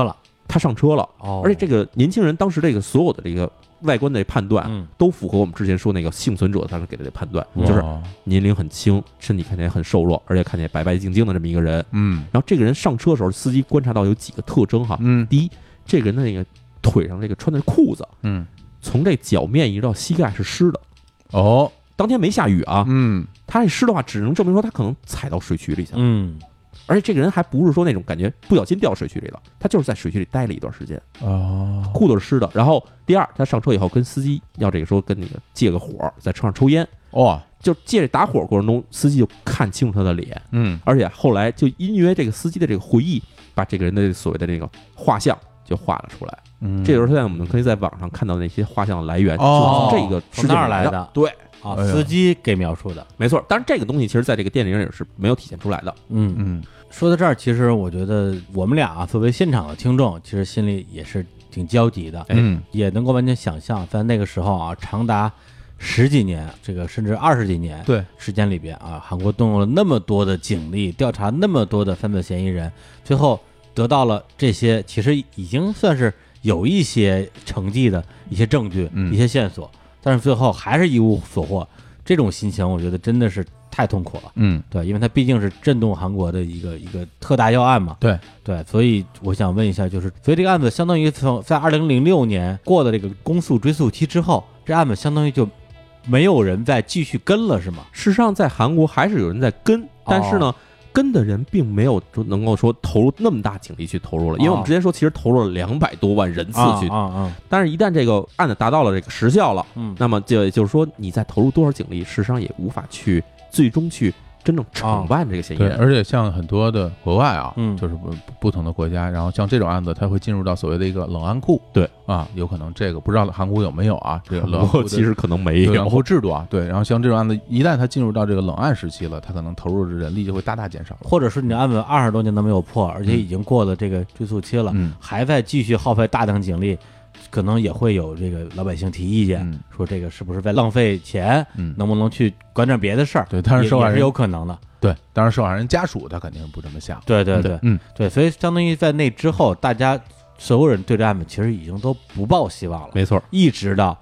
他上车了，而且这个年轻人当时这个所有的这个外观的判断都符合我们之前说那个幸存者当时给的这判断，就是年龄很轻，身体看起来很瘦弱，而且看起来白白净净的这么一个人。然后这个人上车的时候，司机观察到有几个特征哈。第一，这个人的那个腿上这个穿的裤子，从这脚面一直到膝盖是湿的。当天没下雨啊。他这湿的话，只能证明说他可能踩到水渠里去了。而且这个人还不是说那种感觉不小心掉水渠里了，他就是在水渠里待了一段时间，裤子是湿的。然后第二，他上车以后跟司机要这个说跟那个借个火，在车上抽烟，就借着打火过程中，司机就看清楚他的脸，而且后来就因为这个司机的这个回忆，把这个人的所谓的那个画像就画了出来。这就是现在我们可以在网上看到那些画像的来源，就是从这个事件来的。 对。 司机给描述的， 没错。但是这个东西其实在这个电影里是没有体现出来的。 说到这儿，其实我觉得我们俩作为现场的听众，其实心里也是挺焦急的。也能够完全想象，在那个时候啊，长达10几年，这个甚至20几年时间里边啊，韩国动用了那么多的警力，调查那么多的犯罪嫌疑人，最后得到了这些其实已经算是有一些成绩的一些证据、一些线索。但是最后还是一无所获，这种心情我觉得真的是太痛苦了。对，因为它毕竟是震动韩国的一个特大要案嘛。对，所以我想问一下，所以这个案子相当于在2006年过了这个公诉追诉期之后，这案子相当于就没有人再继续跟了，是吗？ 事实上，在韩国还是有人在跟，但是呢，跟的人并没有能够说投入那么大警力去投入了，因为我们之前说其实投入了200多万人次去，但是一旦这个案子达到了这个时效了，那么就是说你再投入多少警力，事实上也无法去最终去真正惩办这个嫌疑人。 而且像很多的国外啊，就是不同的国家，然后像这种案子，它会进入到所谓的一个冷案库。有可能这个不知道韩国有没有啊？这个冷案库其实可能没有冷案库制度啊。对，然后像这种案子，一旦它进入到这个冷案时期了，它可能投入的人力就会大大减少了。 或者说你的案子20多年都没有破，而且已经过了这个追诉期了，还在继续耗费大量警力。可能也会有这个老百姓提意见，说这个是不是在浪费钱，能不能去管点别的事儿？ 对，当然受害人也是有可能的。 对，当然受害人家属他肯定是不这么想。 对，所以相当于在那之后，大家所有人对这案子其实已经都不抱希望了。 没错， 一直到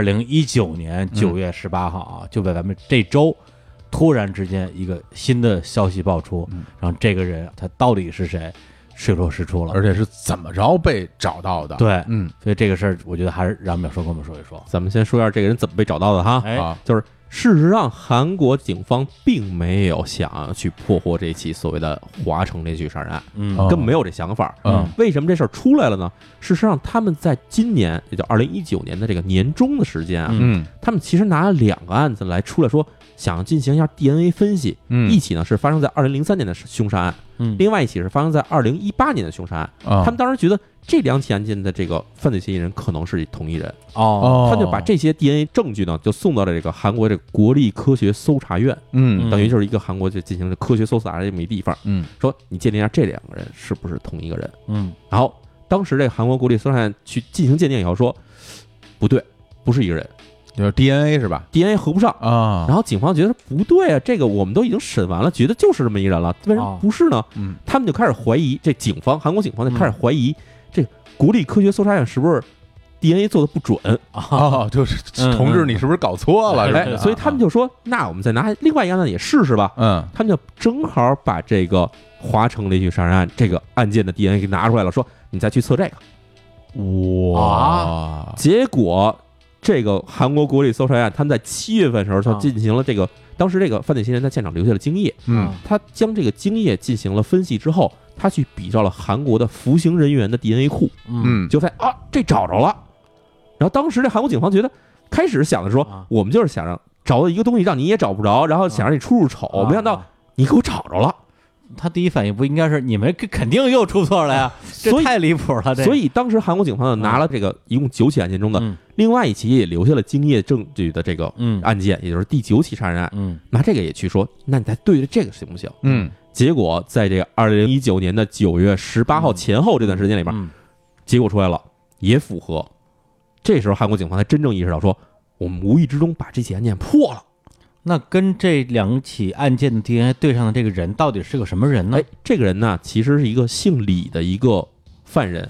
2019年9月18号啊，就在咱们这周，突然之间一个新的消息爆出，然后这个人他到底是谁？水落石出了， 而且是怎么着被找到的？ 对，所以这个事儿，我觉得还是让淼叔跟我们说一说。 咱们先说一下这个人怎么被找到的哈。就是事实上，韩国警方并没有想要去破获这起所谓的华城连续杀人案，根本没有这想法。为什么这事儿出来了呢？事实上，他们在今年，也就2019年的这个年中的时间啊，他们其实拿了2个案子来出来说，想要进行一下 DNA 分析。一起呢是发生在2003年的凶杀案。另外一起是发生在2018年的凶杀案，他们当时觉得这2起案件的这个犯罪嫌疑人可能是同一人，他就把这些 DNA 证据呢就送到了这个韩国这个国立科学搜查院，等于就是一个韩国就进行科学搜查的这么一地方，说你鉴定一下这2个人是不是同一个人，然后当时这个韩国国立搜查院去进行鉴定以后说不对，不是一个人。 就是 DNA 是吧 ？DNA 合不上啊，然后警方觉得不对啊，这个我们都已经审完了，觉得就是这么一人了，为什么不是呢？他们就开始怀疑这韩国警方就开始怀疑这国立科学搜查院是不是 DNA 做的不准啊？就是同志，你是不是搞错了？ 所以他们就说，那我们再拿另外一个案子也试试吧。他们就正好把这个华城连续杀人案这个案件的 DNA 给拿出来了，说你再去测这个。哇！结果。这个韩国国立搜查院，他们在7月份的时候就进行了这个，当时这个犯罪嫌疑人在现场留下了精液，他将这个精液进行了分析之后，他去比照了韩国的服刑人员的 DNA 库，就发现啊，这找着了。然后当时这韩国警方觉得，开始想的说，我们就是想让找到一个东西让你也找不着，然后想让你出入丑，没想到你给我找着了。 他第一反应不应该是你们肯定又出错了呀？这太离谱了。 所以当时韩国警方拿了这个一共9起案件中的另外一起也留下了精液证据的这个案件，也就是第9起杀人案，拿这个也去说，那你再对着这个行不行？结果在这个2019年的9月18号前后这段时间里边，结果出来了，也符合。这时候韩国警方才真正意识到说，我们无意之中把这起案件破了。 那跟这2起案件的 DNA 对上的这个人到底是个什么人呢？ 这个人呢，其实是一个姓李的一个犯人，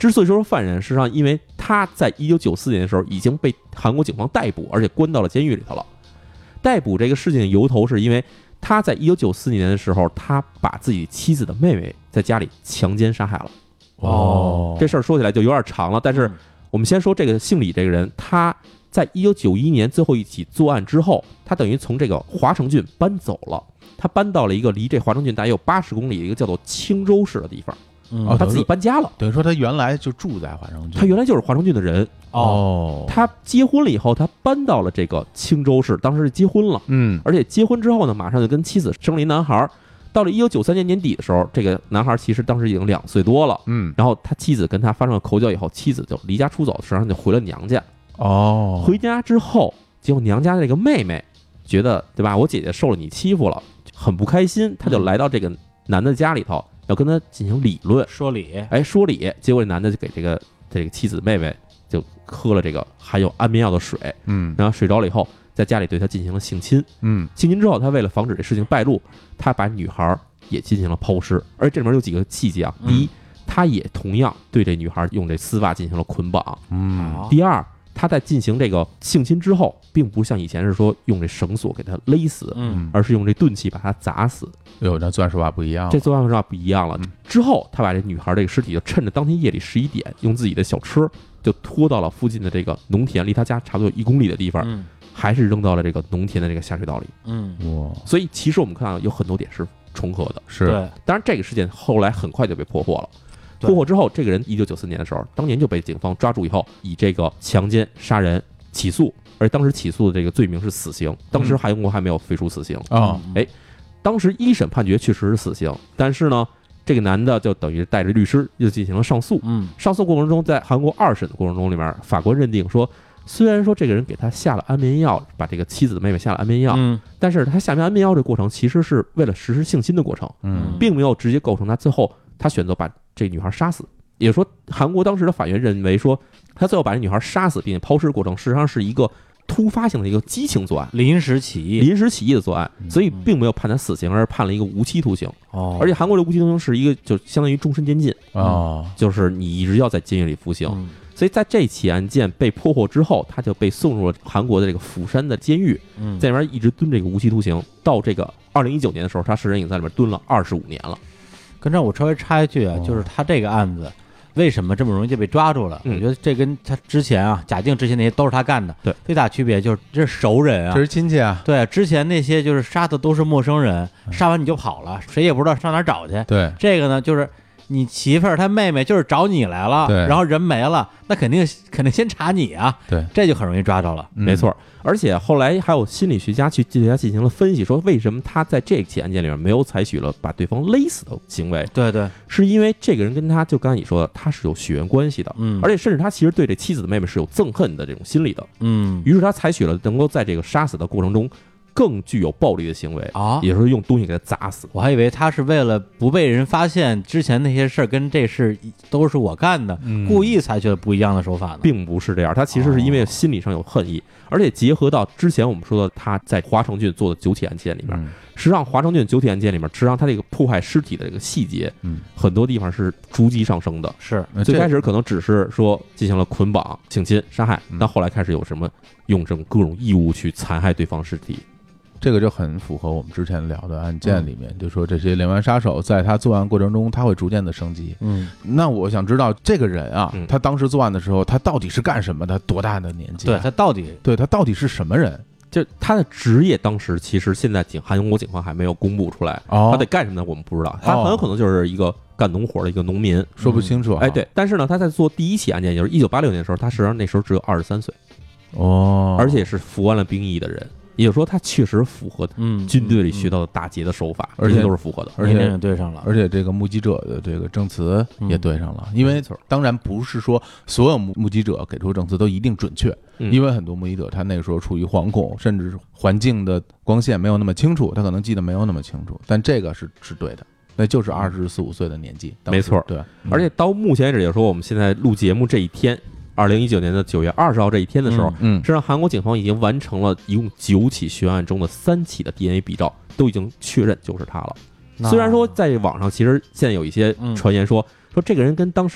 之所以说犯人，实际上因为他在1994年的时候已经被韩国警方逮捕，而且关到了监狱里头了。逮捕这个事情的由头是因为他在1994年的时候，他把自己妻子的妹妹在家里强奸杀害了。这事儿说起来就有点长了，但是我们先说这个姓李这个人，他在1991年最后一起作案之后，他等于从这个华城郡搬走了，他搬到了一个离这华城郡大约有80公里的一个叫做青州市的地方。他自己搬家了， 等于说他原来就住在华城郡， 他原来就是华城郡的人。他结婚了以后，他搬到了这个青州市，当时是结婚了，而且结婚之后呢，马上就跟妻子生了一男孩。到了1993年年底的时候，这个男孩其实当时已经2岁多了，然后他妻子跟他发生了口角以后，妻子就离家出走，实际上就回了娘家。回家之后，结果娘家的这个妹妹觉得，对吧？我姐姐受了你欺负了，很不开心，她就来到这个男的家里头，要跟他进行理论， 说理。 结果这男的就给这个妻子妹妹就喝了这个含有安眠药的水，然后睡着了以后，在家里对他进行了性侵，性侵之后，他为了防止这事情败露，他把女孩也进行了抛尸，而这里面有几个细节啊。第一，他也同样对这女孩用这丝袜进行了捆绑。第二，他在进行这个性侵之后，并不像以前是说用这绳索给他勒死，而是用这钝器把他砸死。 那作案手法不一样了， 这作案手法不一样了。之后，他把这女孩这个尸体就趁着当天夜里11点，用自己的小车就拖到了附近的这个农田，离他家差不多1公里的地方，还是扔到了这个农田的这个下水道里。所以其实我们看到有很多点是重合的。 是， 当然这个事件后来很快就被破获了。破获之后，这个人1994年的时候，当年就被警方抓住以后，以这个强奸杀人起诉，而当时起诉的这个罪名是死刑。当时韩国还没有废除死刑当时一审判决确实是死刑，但是呢，这个男的就等于带着律师又进行了上诉。上诉过程中，在韩国2审的过程中里面，法官认定说，虽然说这个人给他下了安眠药，把这个妻子的妹妹下了安眠药，但是他下面安眠药这个过程其实是为了实施性侵的过程，并没有直接构成他最后他选择把这女孩杀死。也就是说，韩国当时的法院认为说，他最后把这女孩杀死并且抛尸的过程，实际上是一个突发性的一个激情作案， 临时起义的作案，所以并没有判他死刑，而是判了一个无期徒刑。而且韩国的无期徒刑是一个就相当于终身监禁，就是你一直要在监狱里服刑。所以在这起案件被破获之后，他就被送入了韩国的这个釜山的监狱，在里面一直蹲这个无期徒刑，到这个2019年的时候，他实际上已经在里面蹲了25年了。 跟这我稍微插一句啊，就是他这个案子为什么这么容易就被抓住了？我觉得这跟他之前啊，假定之前那些都是他干的， 对， 最大区别就是这是熟人啊， 这是亲戚啊， 对，之前那些就是杀的都是陌生人，杀完你就跑了，谁也不知道上哪儿找去。 对， 这个呢就是你媳妇儿她妹妹就是找你来了， 对， 然后人没了，那肯定先查你啊， 对， 这就很容易抓着了， 没错。而且后来还有心理学家进行了分析，说为什么他在这起案件里面没有采取了把对方勒死的行为？ 对， 是因为这个人跟他就刚才你说的，他是有血缘关系的，而且甚至他其实对这妻子的妹妹是有憎恨的这种心理的，于是他采取了能够在这个杀死的过程中更具有暴力的行为啊， 也就是用东西给他砸死。 我还以为他是为了不被人发现之前那些事儿跟这事都是我干的，故意采取了不一样的手法呢。 并不是这样，他其实是因为心理上有恨意，而且结合到之前我们说的他在华城郡做的9起案件里面，实际上华城郡9起案件里面，实际上他这个迫害尸体的这个细节，很多地方是逐级上升的。 是最开始可能只是说进行了捆绑、性侵、杀害，但后来开始有什么用这种各种异物去残害对方尸体。 这个就很符合我们之前聊的案件里面，就说这些连环杀手在他作案过程中，他会逐渐的升级。那我想知道这个人啊，他当时作案的时候，他到底是干什么的？多大的年纪？ 对他到底是什么人？ 就他的职业，当时其实现在韩国警方还没有公布出来，他得干什么呢？我们不知道，他很有可能就是一个干农活的一个农民， 说不清楚。 对，但是呢，他在做第一起案件，也就是1986年的时候，他实际上那时候只有23岁，而且是服完了兵役的人。也就是说，他确实符合军队里学到的打劫的手法， 而且都是符合的， 而且对上了， 而且这个目击者的这个证词也对上了。因为当然不是说所有目击者给出证词都一定准确，因为很多目击者他那个时候处于惶恐，甚至是环境的光线没有那么清楚，他可能记得没有那么清楚。但这个是对的，那就是24、25岁的年纪， 没错， 对。 而且到目前为止，也就是说我们现在录节目这一天。2019年的9月20号这一天的时候，实际上韩国警方已经完成了一共9起悬案中的3起的 DNA 比照，都已经确认就是他了。虽然说在网上其实现在有一些传言说这个人跟当时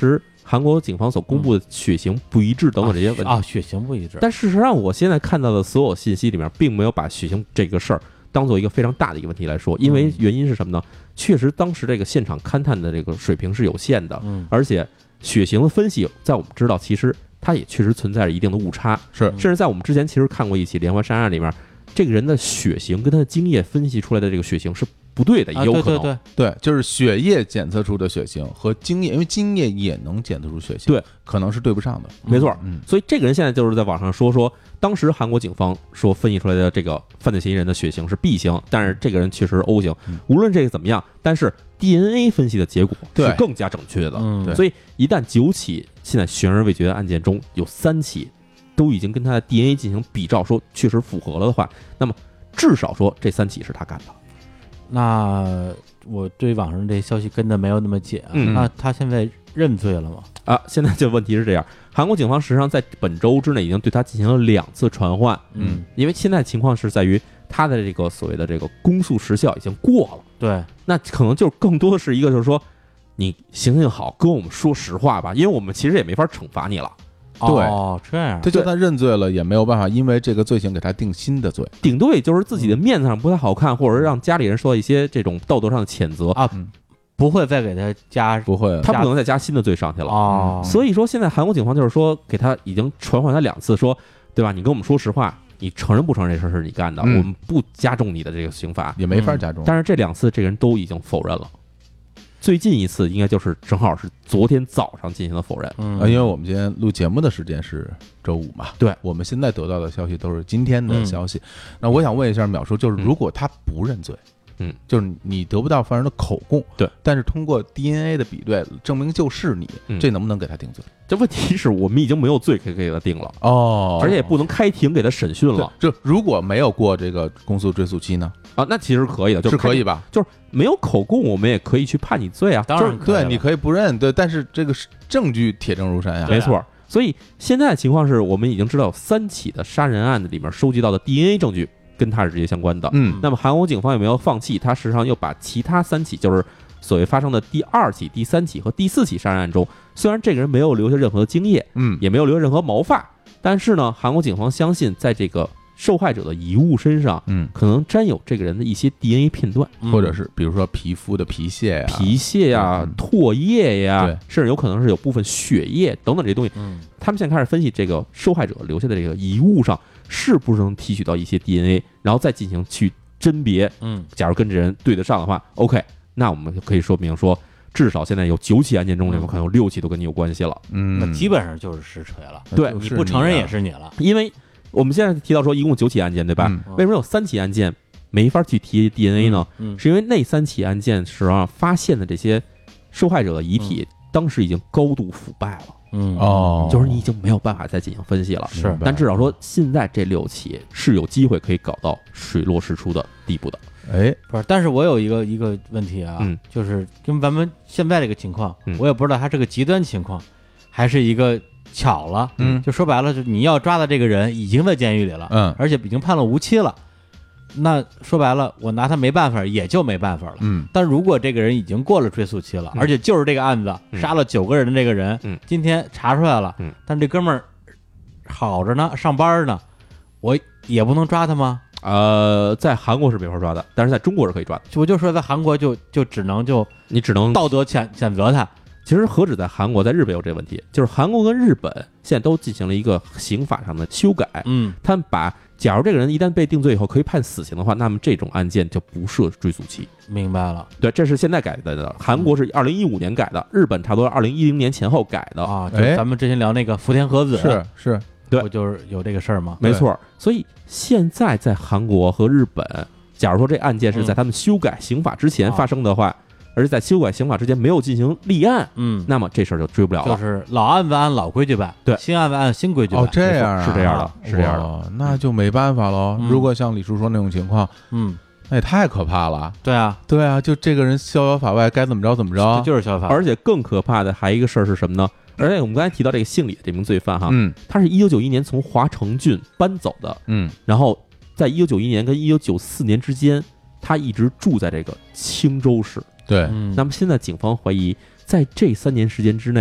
韩国警方所公布的血型不一致等等这些问题血型不一致。 但事实上，我现在看到的所有信息里面，并没有把血型这个事儿当做一个非常大的一个问题来说，因为原因是什么呢？确实当时这个现场勘探的这个水平是有限的，而且血型的分析，在我们知道，其实它也确实存在着一定的误差，甚至在我们之前其实看过一起连环杀人案里面，这个人的血型跟他的精液分析出来的这个血型是不对的，也有可能。 对，就是血液检测出的血型和精液，因为精液也能检测出血型， 对， 可能是对不上的， 没错。所以这个人现在就是在网上说，当时韩国警方说分析出来的这个犯罪嫌疑人的血型是 B 型，但是这个人确实是 O 型。无论这个怎么样，但是 DNA 分析的结果是更加准确的。所以一旦9起现在悬而未决的案件中有3起都已经跟他的 DNA 进行比照，说确实符合了的话，那么至少说这3起是他干的。 那我对网上这消息跟的没有那么紧那他现在认罪了吗？ 现在这问题是这样，韩国警方实际上在本周之内已经对他进行了2次传唤，因为现在情况是在于他的这个所谓的这个公诉时效已经过了， 对， 那可能就更多的是一个就是说，你行好，跟我们说实话吧，因为我们其实也没法惩罚你了。 对，这样， 就算认罪了，也没有办法因为这个罪行给他定新的罪， 顶多也就是自己的面子上不太好看，或者是让家里人受到一些这种道德上的谴责不会再给他加， 不会， 他不能再加新的罪上去了所以说现在韩国警方就是说给他已经传唤他2次，说对吧？你跟我们说实话，你承认不承认这事是你干的？我们不加重你的这个刑罚， 也没法加重。 但是这2次这个人都已经否认了。最近一次应该就是正好是昨天早上进行的否认， 因为我们今天录节目的时间是周5嘛， 对， 我们现在得到的消息都是今天的消息。那我想问一下淼叔，就是如果他不认罪，就是你得不到犯人的口供， 对， 但是通过 DNA 的比对证明就是你，这能不能给他定罪？ 这问题是我们已经没有罪可以给他定了而且也不能开庭给他审讯了。 就如果没有过这个公诉追诉期呢？ 那其实可以的，就是可以吧？ 就是没有口供，我们也可以去判你罪啊。 当然对，你可以不认，对，但是这个证据铁证如山呀。 没错。所以现在的情况是我们已经知道3起的杀人案里面收集到的 DNA 证据跟他是直接相关的。那么韩国警方有没有放弃？他实际上又把其他3起，就是所谓发生的第2起、第3起和第4起杀人案中，虽然这个人没有留下任何的精液，也没有留下任何毛发，但是呢，韩国警方相信在这个受害者的遗物身上，可能沾有这个人的一些 DNA 片段， 或者是比如说皮肤的皮屑呀、唾液呀，甚至有可能是有部分血液等等这些东西。他们现在开始分析这个受害者留下的这个遗物上是不是能提取到一些 DNA， 然后再进行去甄别。假如跟这人对得上的话 ，OK， 那我们就可以说明说，至少现在有9起案件中，可能有6起都跟你有关系了。 那基本上就是实锤了。 对， 你不承认也是你了， 因为我们现在提到说一共9起案件，对吧？为什么有3起案件没法去提 DNA 呢？是因为那3起案件实际上发现的这些受害者的遗体，当时已经高度腐败了。就是你已经没有办法再进行分析了。 是， 但至少说现在这6起是有机会可以搞到水落石出的地步的。 不是，但是我有一个问题啊，就是跟咱们现在这个情况，我也不知道它是个极端情况，还是一个巧了，就说白了，就你要抓的这个人已经在监狱里了，而且已经判了无期了。那说白了，我拿他没办法，也就没办法了。但如果这个人已经过了追诉期了，而且就是这个案子杀了9个人的这个人，今天查出来了，但这哥们儿好着呢，上班呢，我也不能抓他吗？ 在韩国是没法抓的，但是在中国是可以抓的。 我就说在韩国就只能你只能道德谴责他。 其实何止在韩国，在日本有这个问题，就是韩国跟日本现在都进行了一个刑法上的修改。他们把假如这个人一旦被定罪以后可以判死刑的话，那么这种案件就不设追诉期。 明白了， 对，这是现在改的。韩国是2015年改的，日本差不多2010年前后改的啊。就咱们之前聊那个福田和子， 是， 对， 不就是有这个事儿吗？ 没错。所以现在在韩国和日本，假如说这案件是在他们修改刑法之前发生的话，而且在修改刑法之前没有进行立案，那么这事儿就追不了了。 就是老案子按老规矩办， 对， 新案子按新规矩办。 这样是这样的，是这样的， 那就没办法喽。如果像李叔说那种情况，那也太可怕了。 对啊， 就这个人逍遥法外，该怎么着怎么着， 就是逍遥法外。 而且更可怕的还一个事儿是什么呢？而且我们刚才提到这个姓李的这名罪犯哈，他是1991年从华城郡搬走的，然后在1991年跟1994年之间，他一直住在这个青州市。 对， 那么现在警方怀疑，在这3年时间之内，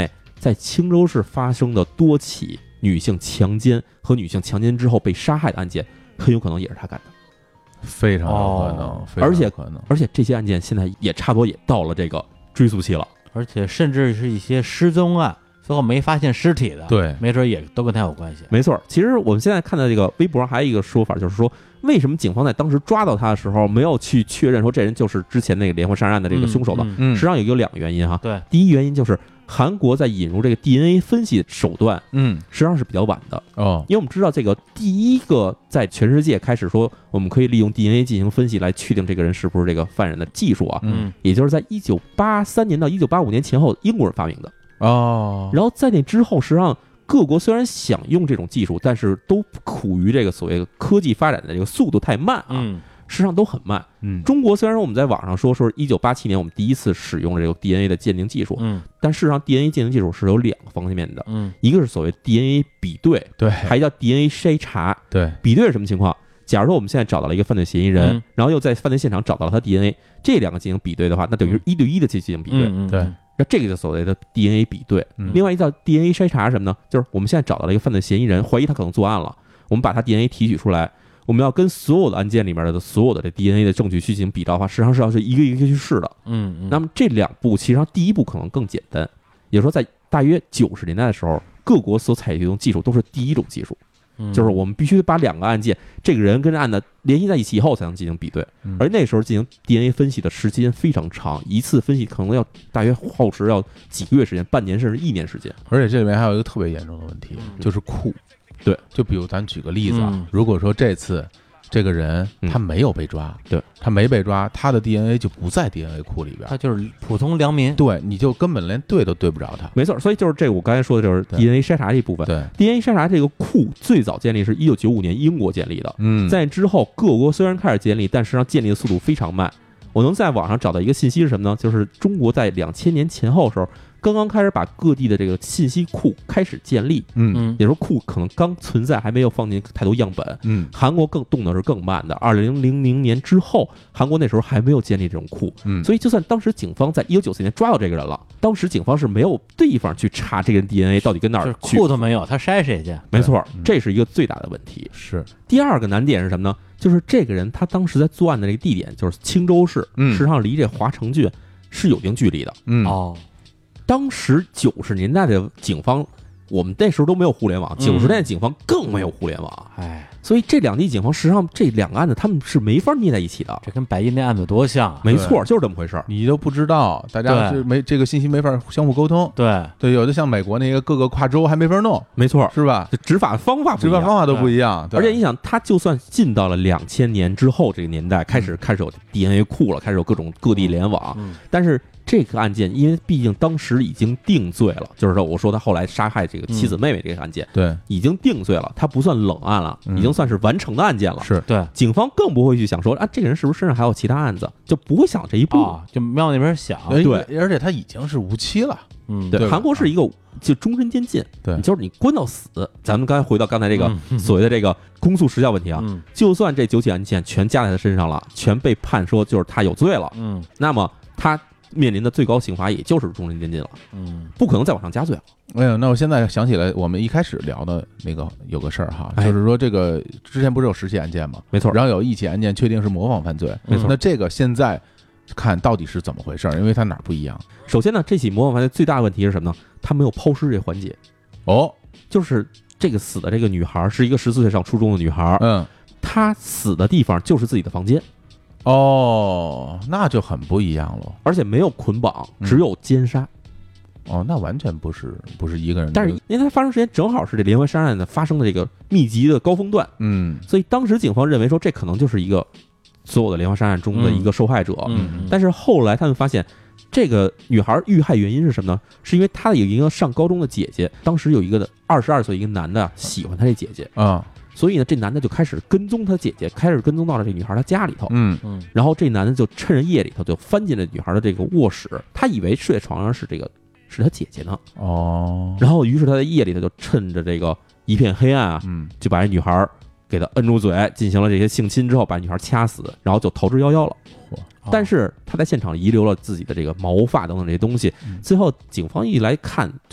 在青州市发生的多起女性强奸和女性强奸之后被杀害的案件，很有可能也是他干的， 非常有可能， 而且这些案件现在也差不多也到了这个追诉期了， 而且甚至是一些失踪案，最后没发现尸体的， 对， 没准也都跟他有关系。 没错，其实我们现在看到这个微博上还有一个说法，就是说为什么警方在当时抓到他的时候没有去确认说这人就是之前那个连环杀人案的这个凶手呢？实际上有两个原因哈。 对， 第一原因就是韩国在引入这个 DNA 分析手段，实际上是比较晚的哦， 因为我们知道这个第一个在全世界开始说我们可以利用 DNA 进行分析来确定这个人是不是这个犯人的技术啊，也就是在1983年到1985年前后英国人发明的哦， 然后在那之后，实际上各国虽然想用这种技术，但是都苦于这个所谓的科技发展的这个速度太慢啊，实际上都很慢。中国虽然说我们在网上说1987年我们第一次使用这个 DNA 的鉴定技术，但事实上 DNA 鉴定技术是有两个方面的，一个是所谓 DNA 比对， 对， 还叫 DNA 筛查。 对， 比对是什么情况？假如说我们现在找到了一个犯罪嫌疑人，然后又在犯罪现场找到了他 DNA， 这两个进行比对的话，那等于是1对1的进行比对。 对。 那这个就所谓的 DNA 比对，另外一叫 DNA 筛查是什么呢？就是我们现在找到了一个犯罪嫌疑人，怀疑他可能作案了，我们把他 DNA 提取出来，我们要跟所有的案件里面的所有的这 DNA 的证据去进行比照的话，实际上是要是一个一个去试的。那么这两步其实上第一步可能更简单，也就是说在大约90年代的时候，各国所采用的技术都是第一种技术。就是我们必须把两个案件，这个人跟案的联系在一起以后才能进行比对，而那时候进行 DNA 分析的时间非常长，一次分析可能要大约耗时要几个月时间，半年甚至1年时间。 而且这里面还有一个特别严重的问题，就是库。 对， 就比如咱举个例子啊，如果说这次这个人他没有被抓， 对， 他没被抓，他的 DNA 就不在 DNA 库里边， 他就是普通良民， 对，你就根本连对都对不着他。 没错，所以就是这个我刚才说的就是 DNA 筛查这一部分。 对 ，DNA 筛查这个库最早建立是1995年英国建立的，在之后各国虽然开始建立，但实际上建立的速度非常慢。我能在网上找到一个信息是什么呢？就是中国在2000年前后的时候，刚刚开始把各地的这个信息库开始建立，也就是说库可能刚存在，还没有放进太多样本，韩国更动的是更慢的。2000年之后，韩国那时候还没有建立这种库，所以就算当时警方在1994年抓到这个人了，当时警方是没有地方去查这个人 DNA 到底跟哪儿去， 库都没有，他筛谁去？ 没错，这是一个最大的问题。 是第二个难点是什么呢？就是这个人他当时在作案的这个地点就是青州市，实际上离这华城郡是有一定距离的。当时90年代的警方，我们那时候都没有互联网，90年代警方更没有互联网，所以这两地警方实际上这两个案子他们是没法捏在一起的。 这跟白银那案子多像啊！ 没错，就是这么回事， 你都不知道，大家是没这个信息没法相互沟通。对，有的像美国那个各个跨州还没法弄， 没错， 是吧？ 执法方法都不一样。 而且你想，他就算进到了2000年之后这个年代，开始有 DNA 库了，开始有各种各地联网，但是这个案件，因为毕竟当时已经定罪了，就是说我说他后来杀害这个妻子妹妹这个案件， 对， 已经定罪了，他不算冷案了，已经算是完成的案件了。 是对， 警方更不会去想说啊，这个人是不是身上还有其他案子，就不会想这一步， 就没往那边想。 对， 而且他已经是无期了。 对，韩国是一个就终身监禁， 对， 就是你关到死。咱们刚才回到刚才这个所谓的这个公诉时效问题啊，就算这9起案件全加在他身上了，全被判说就是他有罪了，那么他面临的最高刑罚也就是终身监禁了，不可能再往上加罪了。 哎呀，那我现在想起来，我们一开始聊的那个有个事儿哈，就是说这个之前不是有10起案件吗？ 没错， 然后有1起案件确定是模仿犯罪， 没错。 那这个现在看到底是怎么回事？因为它哪儿不一样？ 首先呢，这起模仿犯罪最大的问题是什么呢？他没有抛尸这环节。就是这个死的这个女孩是一个14岁上初中的女孩，她死的地方就是自己的房间。 那就很不一样了， 而且没有捆绑，只有奸杀。 那完全不是一个人。 但是因为它发生时间正好是这连环杀人案的发生的这个密集的高峰段，所以当时警方认为说这可能就是一个所有的连环杀人案中的一个受害者。但是后来他们发现，这个女孩遇害原因是什么呢？是因为她有一个上高中的姐姐，当时有一个22岁一个男的喜欢她这姐姐所以呢，这男的就开始跟踪他姐姐，开始跟踪到了这女孩她家里头。然后这男的就趁着夜里头就翻进了女孩的这个卧室，他以为睡在床上是他姐姐呢。然后于是他在夜里头就趁着这个一片黑暗就把这女孩给她摁住嘴，进行了这些性侵之后，把女孩掐死，然后就逃之夭夭了。但是他在现场遗留了自己的这个毛发等等这些东西。最后警方一来看，就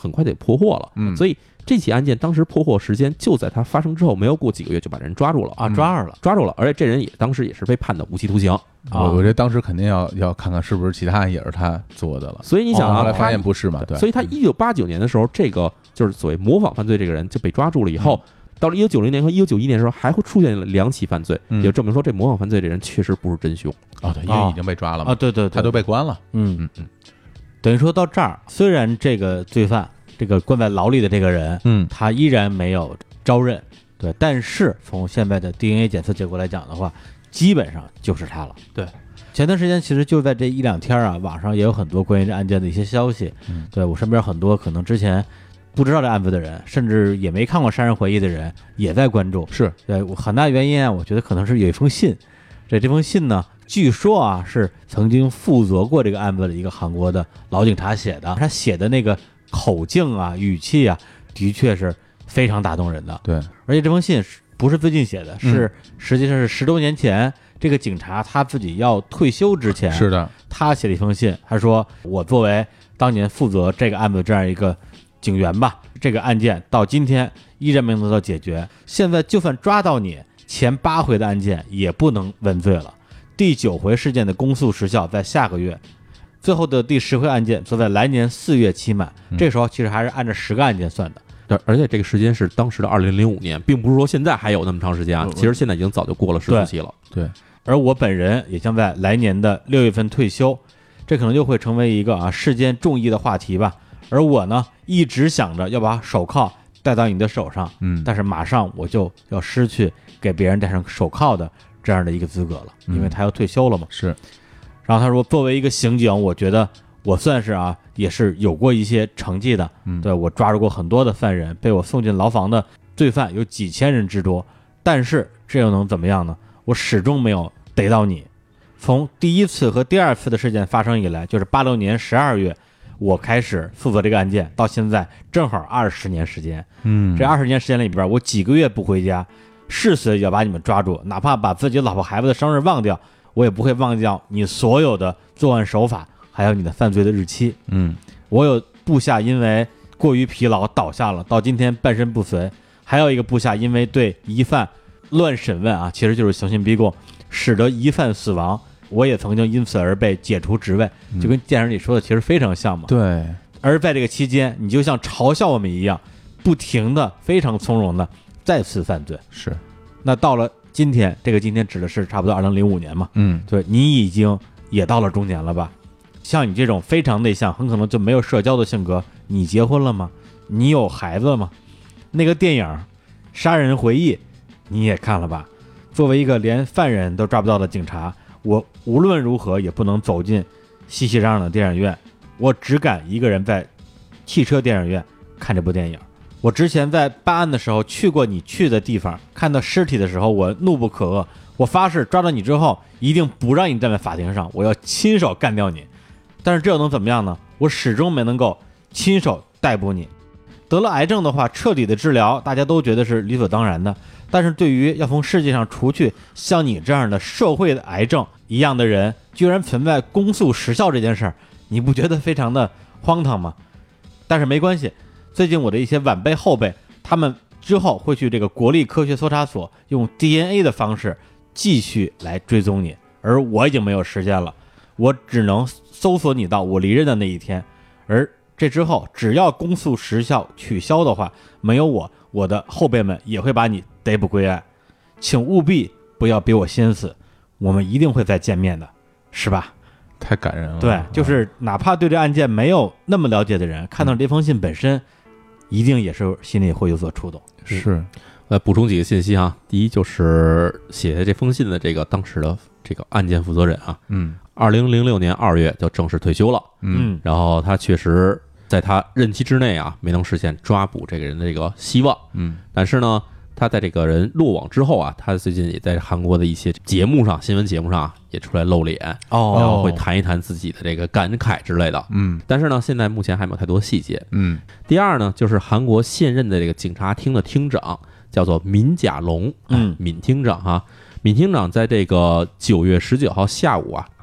很快得破获了。所以这起案件当时破获时间就在它发生之后没有过几个月就把人抓住了啊，抓住了，而且这人当时也是被判的无期徒刑。 我觉得当时肯定要看看是不是其他案也是他做的了。 所以你想后来发现不是嘛？对， 所以他1989年的时候，这个就是所谓模仿犯罪这个人就被抓住了以后。到了1990年和1991年的时候，还会出现了2起犯罪，也就证明说这模仿犯罪这人确实不是真凶对，因为已经被抓了嘛。 对， 他都被关了。 等于说到这儿，虽然这个罪犯，这个关在牢里的这个人，他依然没有招认，对，但是从现在的 DNA 检测结果来讲的话，基本上就是他了。 对， 前段时间其实就在这1-2天啊，网上也有很多关于这案件的一些消息。对，我身边很多可能之前不知道这案子的人，甚至也没看过《杀人回忆》的人，也在关注。 是对，很大原因啊，我觉得可能是有一封信。这封信呢，据说啊是曾经负责过这个案子的一个韩国的老警察写的。他写的那个口径啊、语气啊，的确是非常打动人的。 对， 而且这封信不是最近写的，是实际上是10多年前，这个警察他自己要退休之前， 是的， 他写了一封信，他说：“我作为当年负责这个案子这样一个警员吧，这个案件到今天依然没能得到解决。现在就算抓到你，前8回的案件也不能问罪了。第9回事件的公诉时效在下个月，最后的第10回案件则在来年4月期满。这时候其实还是按照10个案件算的。 而且这个时间是当时的2005年，并不是说现在还有那么长时间啊。其实现在已经早就过了试服期了。 对， 而我本人也将在来年的6月份退休，这可能就会成为一个世间众议的话题吧。而我呢，一直想着要把手铐戴到你的手上，但是马上我就要失去给别人戴上手铐的这样的一个资格了，因为他要退休了嘛。 是。 然后他说，作为一个刑警，我觉得我算是也是有过一些成绩的。对，我抓住过很多的犯人，被我送进牢房的罪犯有几千人之多。但是这又能怎么样呢？我始终没有逮到你。从第1次和第2次的事件发生以来，就是86年12月。我开始负责这个案件，到现在正好20年时间。这20年时间里边，我几个月不回家，誓死也要把你们抓住，哪怕把自己老婆孩子的生日忘掉，我也不会忘掉你所有的作案手法，还有你的犯罪的日期。我有部下因为过于疲劳倒下了，到今天半身不遂；还有一个部下因为对疑犯乱审问其实就是刑讯逼供，使得疑犯死亡。我也曾经因此而被解除职位，就跟电影里说的其实非常像嘛。 对。 而在这个期间，你就像嘲笑我们一样，不停的、非常从容的再次犯罪。 是。 那到了今天，这个今天指的是差不多2005年嘛。对，你已经也到了中年了吧？像你这种非常内向，很可能就没有社交的性格，你结婚了吗？你有孩子吗？那个电影《杀人回忆》你也看了吧？作为一个连犯人都抓不到的警察，我无论如何也不能走进熙熙攘攘的电影院，我只敢一个人在汽车电影院看这部电影。我之前在办案的时候去过你去的地方，看到尸体的时候我怒不可遏，我发誓抓到你之后一定不让你站在法庭上，我要亲手干掉你。但是这又能怎么样呢？我始终没能够亲手逮捕你。得了癌症的话，彻底的治疗大家都觉得是理所当然的，但是对于要从世界上除去像你这样的社会的癌症一样的人，居然存在公诉时效这件事儿，你不觉得非常的荒唐吗？但是没关系，最近我的一些晚辈后辈，他们之后会去这个国立科学搜查所用 DNA 的方式继续来追踪你，而我已经没有时间了，我只能搜索你到我离任的那一天，而这之后只要公诉时效取消的话，没有我的后辈们也会把你逮捕归案，请务必不要比我先死，我们一定会再见面的，是吧？ 太感人了。 对，就是哪怕对这案件没有那么了解的人，看到这封信本身，一定也是心里会有所触动。 是， 补充几个信息啊。第一就是写下这封信的这个当时的这个案件负责人2006年2月就正式退休了。然后他确实在他任期之内没能实现抓捕这个人的这个希望。但是呢，他在这个人落网之后他最近也在韩国的一些节目上、新闻节目上也出来露脸，然后会谈一谈自己的这个感慨之类的。但是呢，现在目前还没有太多细节。第二呢，就是韩国现任的这个警察厅的厅长叫做闵甲龙，闵厅长闵厅长在这个9月19号下午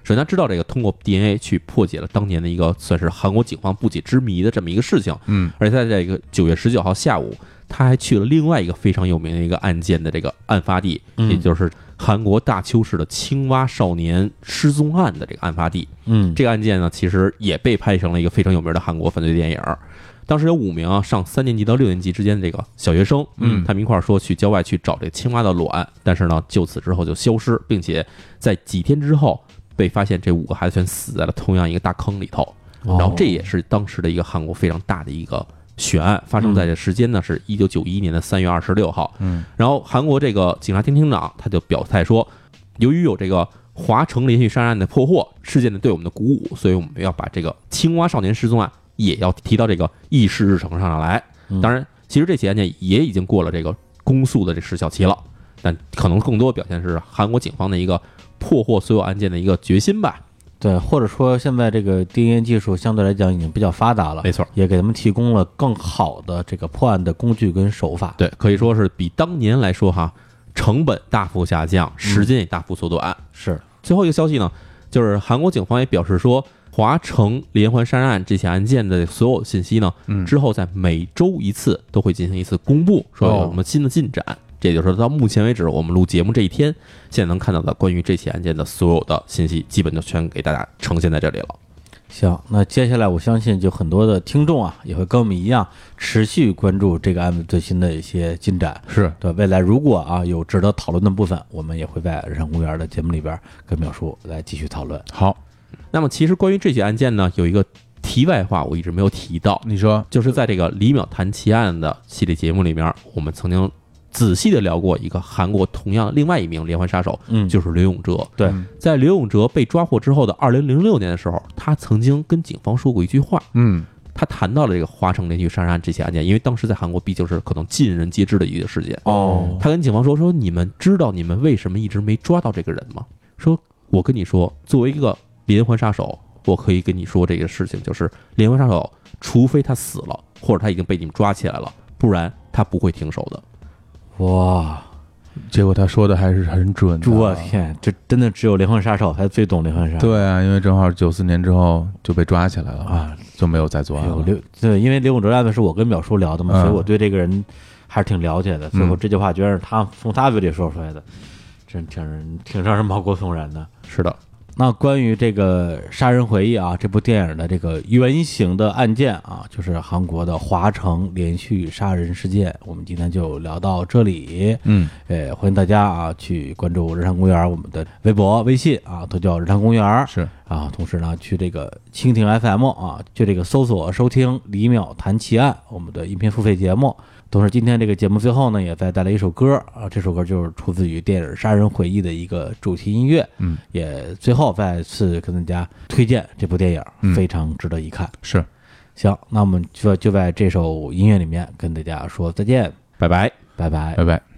首先他知道这个通过 DNA 去破解了当年的一个算是韩国警方不解之谜的这么一个事情，而且在这个9月19号下午，他还去了另外一个非常有名的一个案件的这个案发地，也就是韩国大邱市的青蛙少年失踪案的这个案发地。这个案件呢，其实也被拍成了一个非常有名的韩国犯罪电影。当时有5名上3年级到6年级之间的这个小学生，他们一块儿说去郊外去找这个青蛙的卵，但是呢，就此之后就消失，并且在几天之后被发现这5个孩子全死在了同样一个大坑里头。然后这也是当时的一个韩国非常大的一个悬案，发生在这时间呢是1991年的3月26号。然后韩国这个警察厅厅长他就表态说，由于有这个华城连续杀人案的破获事件呢对我们的鼓舞，所以我们要把这个青蛙少年失踪案也要提到这个议事日程上来。当然，其实这起案件也已经过了这个公诉的这时效期了，但可能更多表现是韩国警方的一个破获所有案件的一个决心吧。 对，或者说现在这个 DNA 技术相对来讲已经比较发达了， 没错， 也给他们提供了更好的这个破案的工具跟手法。 对，可以说是比当年来说哈，成本大幅下降，时间也大幅缩短。 是。 最后一个消息呢，就是韩国警方也表示说，华城连环杀人案这起案件的所有信息呢，之后在每周一次都会进行一次公布，说有什么新的进展。这也就是说，到目前为止，我们录节目这一天，现在能看到的关于这起案件的所有的信息，基本就全给大家呈现在这里了。 行，那接下来我相信就很多的听众啊，也会跟我们一样持续关注这个案子最新的一些进展。 是对未来如果啊有值得讨论的部分，我们也会在日常公园的节目里边跟淼叔来继续讨论。 好， 那么其实关于这起案件呢，有一个题外话我一直没有提到， 你说， 就是在这个李淼谈奇案的系列节目里面，我们曾经仔细的聊过一个韩国同样另外一名连环杀手，就是刘永哲。 对， 在刘永哲被抓获之后的2006年的时候，他曾经跟警方说过一句话，他谈到了这个华城连续杀人案这起案件，因为当时在韩国毕竟是可能尽人皆知的一个事件。他跟警方说你们知道你们为什么一直没抓到这个人吗？说我跟你说，作为一个连环杀手，我可以跟你说这个事情，就是连环杀手除非他死了，或者他已经被你们抓起来了，不然他不会停手的。 哇， 结果他说的还是很准的。 我天，这真的只有连环杀手才最懂连环杀手。 对啊，因为正好94年之后就被抓起来了啊，就没有再作案了。 对，因为刘永哲案子是我跟淼叔聊的嘛，所以我对这个人还是挺了解的。最后这句话居然是他从他嘴里说出来的，真挺让人毛骨悚然的。 是的。 那关于这个《杀人回忆》啊，这部电影的这个原型的案件啊，就是韩国的华城连续杀人事件，我们今天就聊到这里。欢迎大家啊去关注日常公园我们的微博、微信啊，都叫日常公园。 是啊，同时呢，去这个蜻蜓 FM 啊，去这个搜索收听李淼谈奇案我们的音频付费节目。同时，今天这个节目最后呢，也再带来一首歌啊，这首歌就是出自于电影《杀人回忆》的一个主题音乐。也最后再次跟大家推荐这部电影，非常值得一看。 是， 行，那我们就在这首音乐里面跟大家说再见， 拜拜， 拜拜， 拜拜。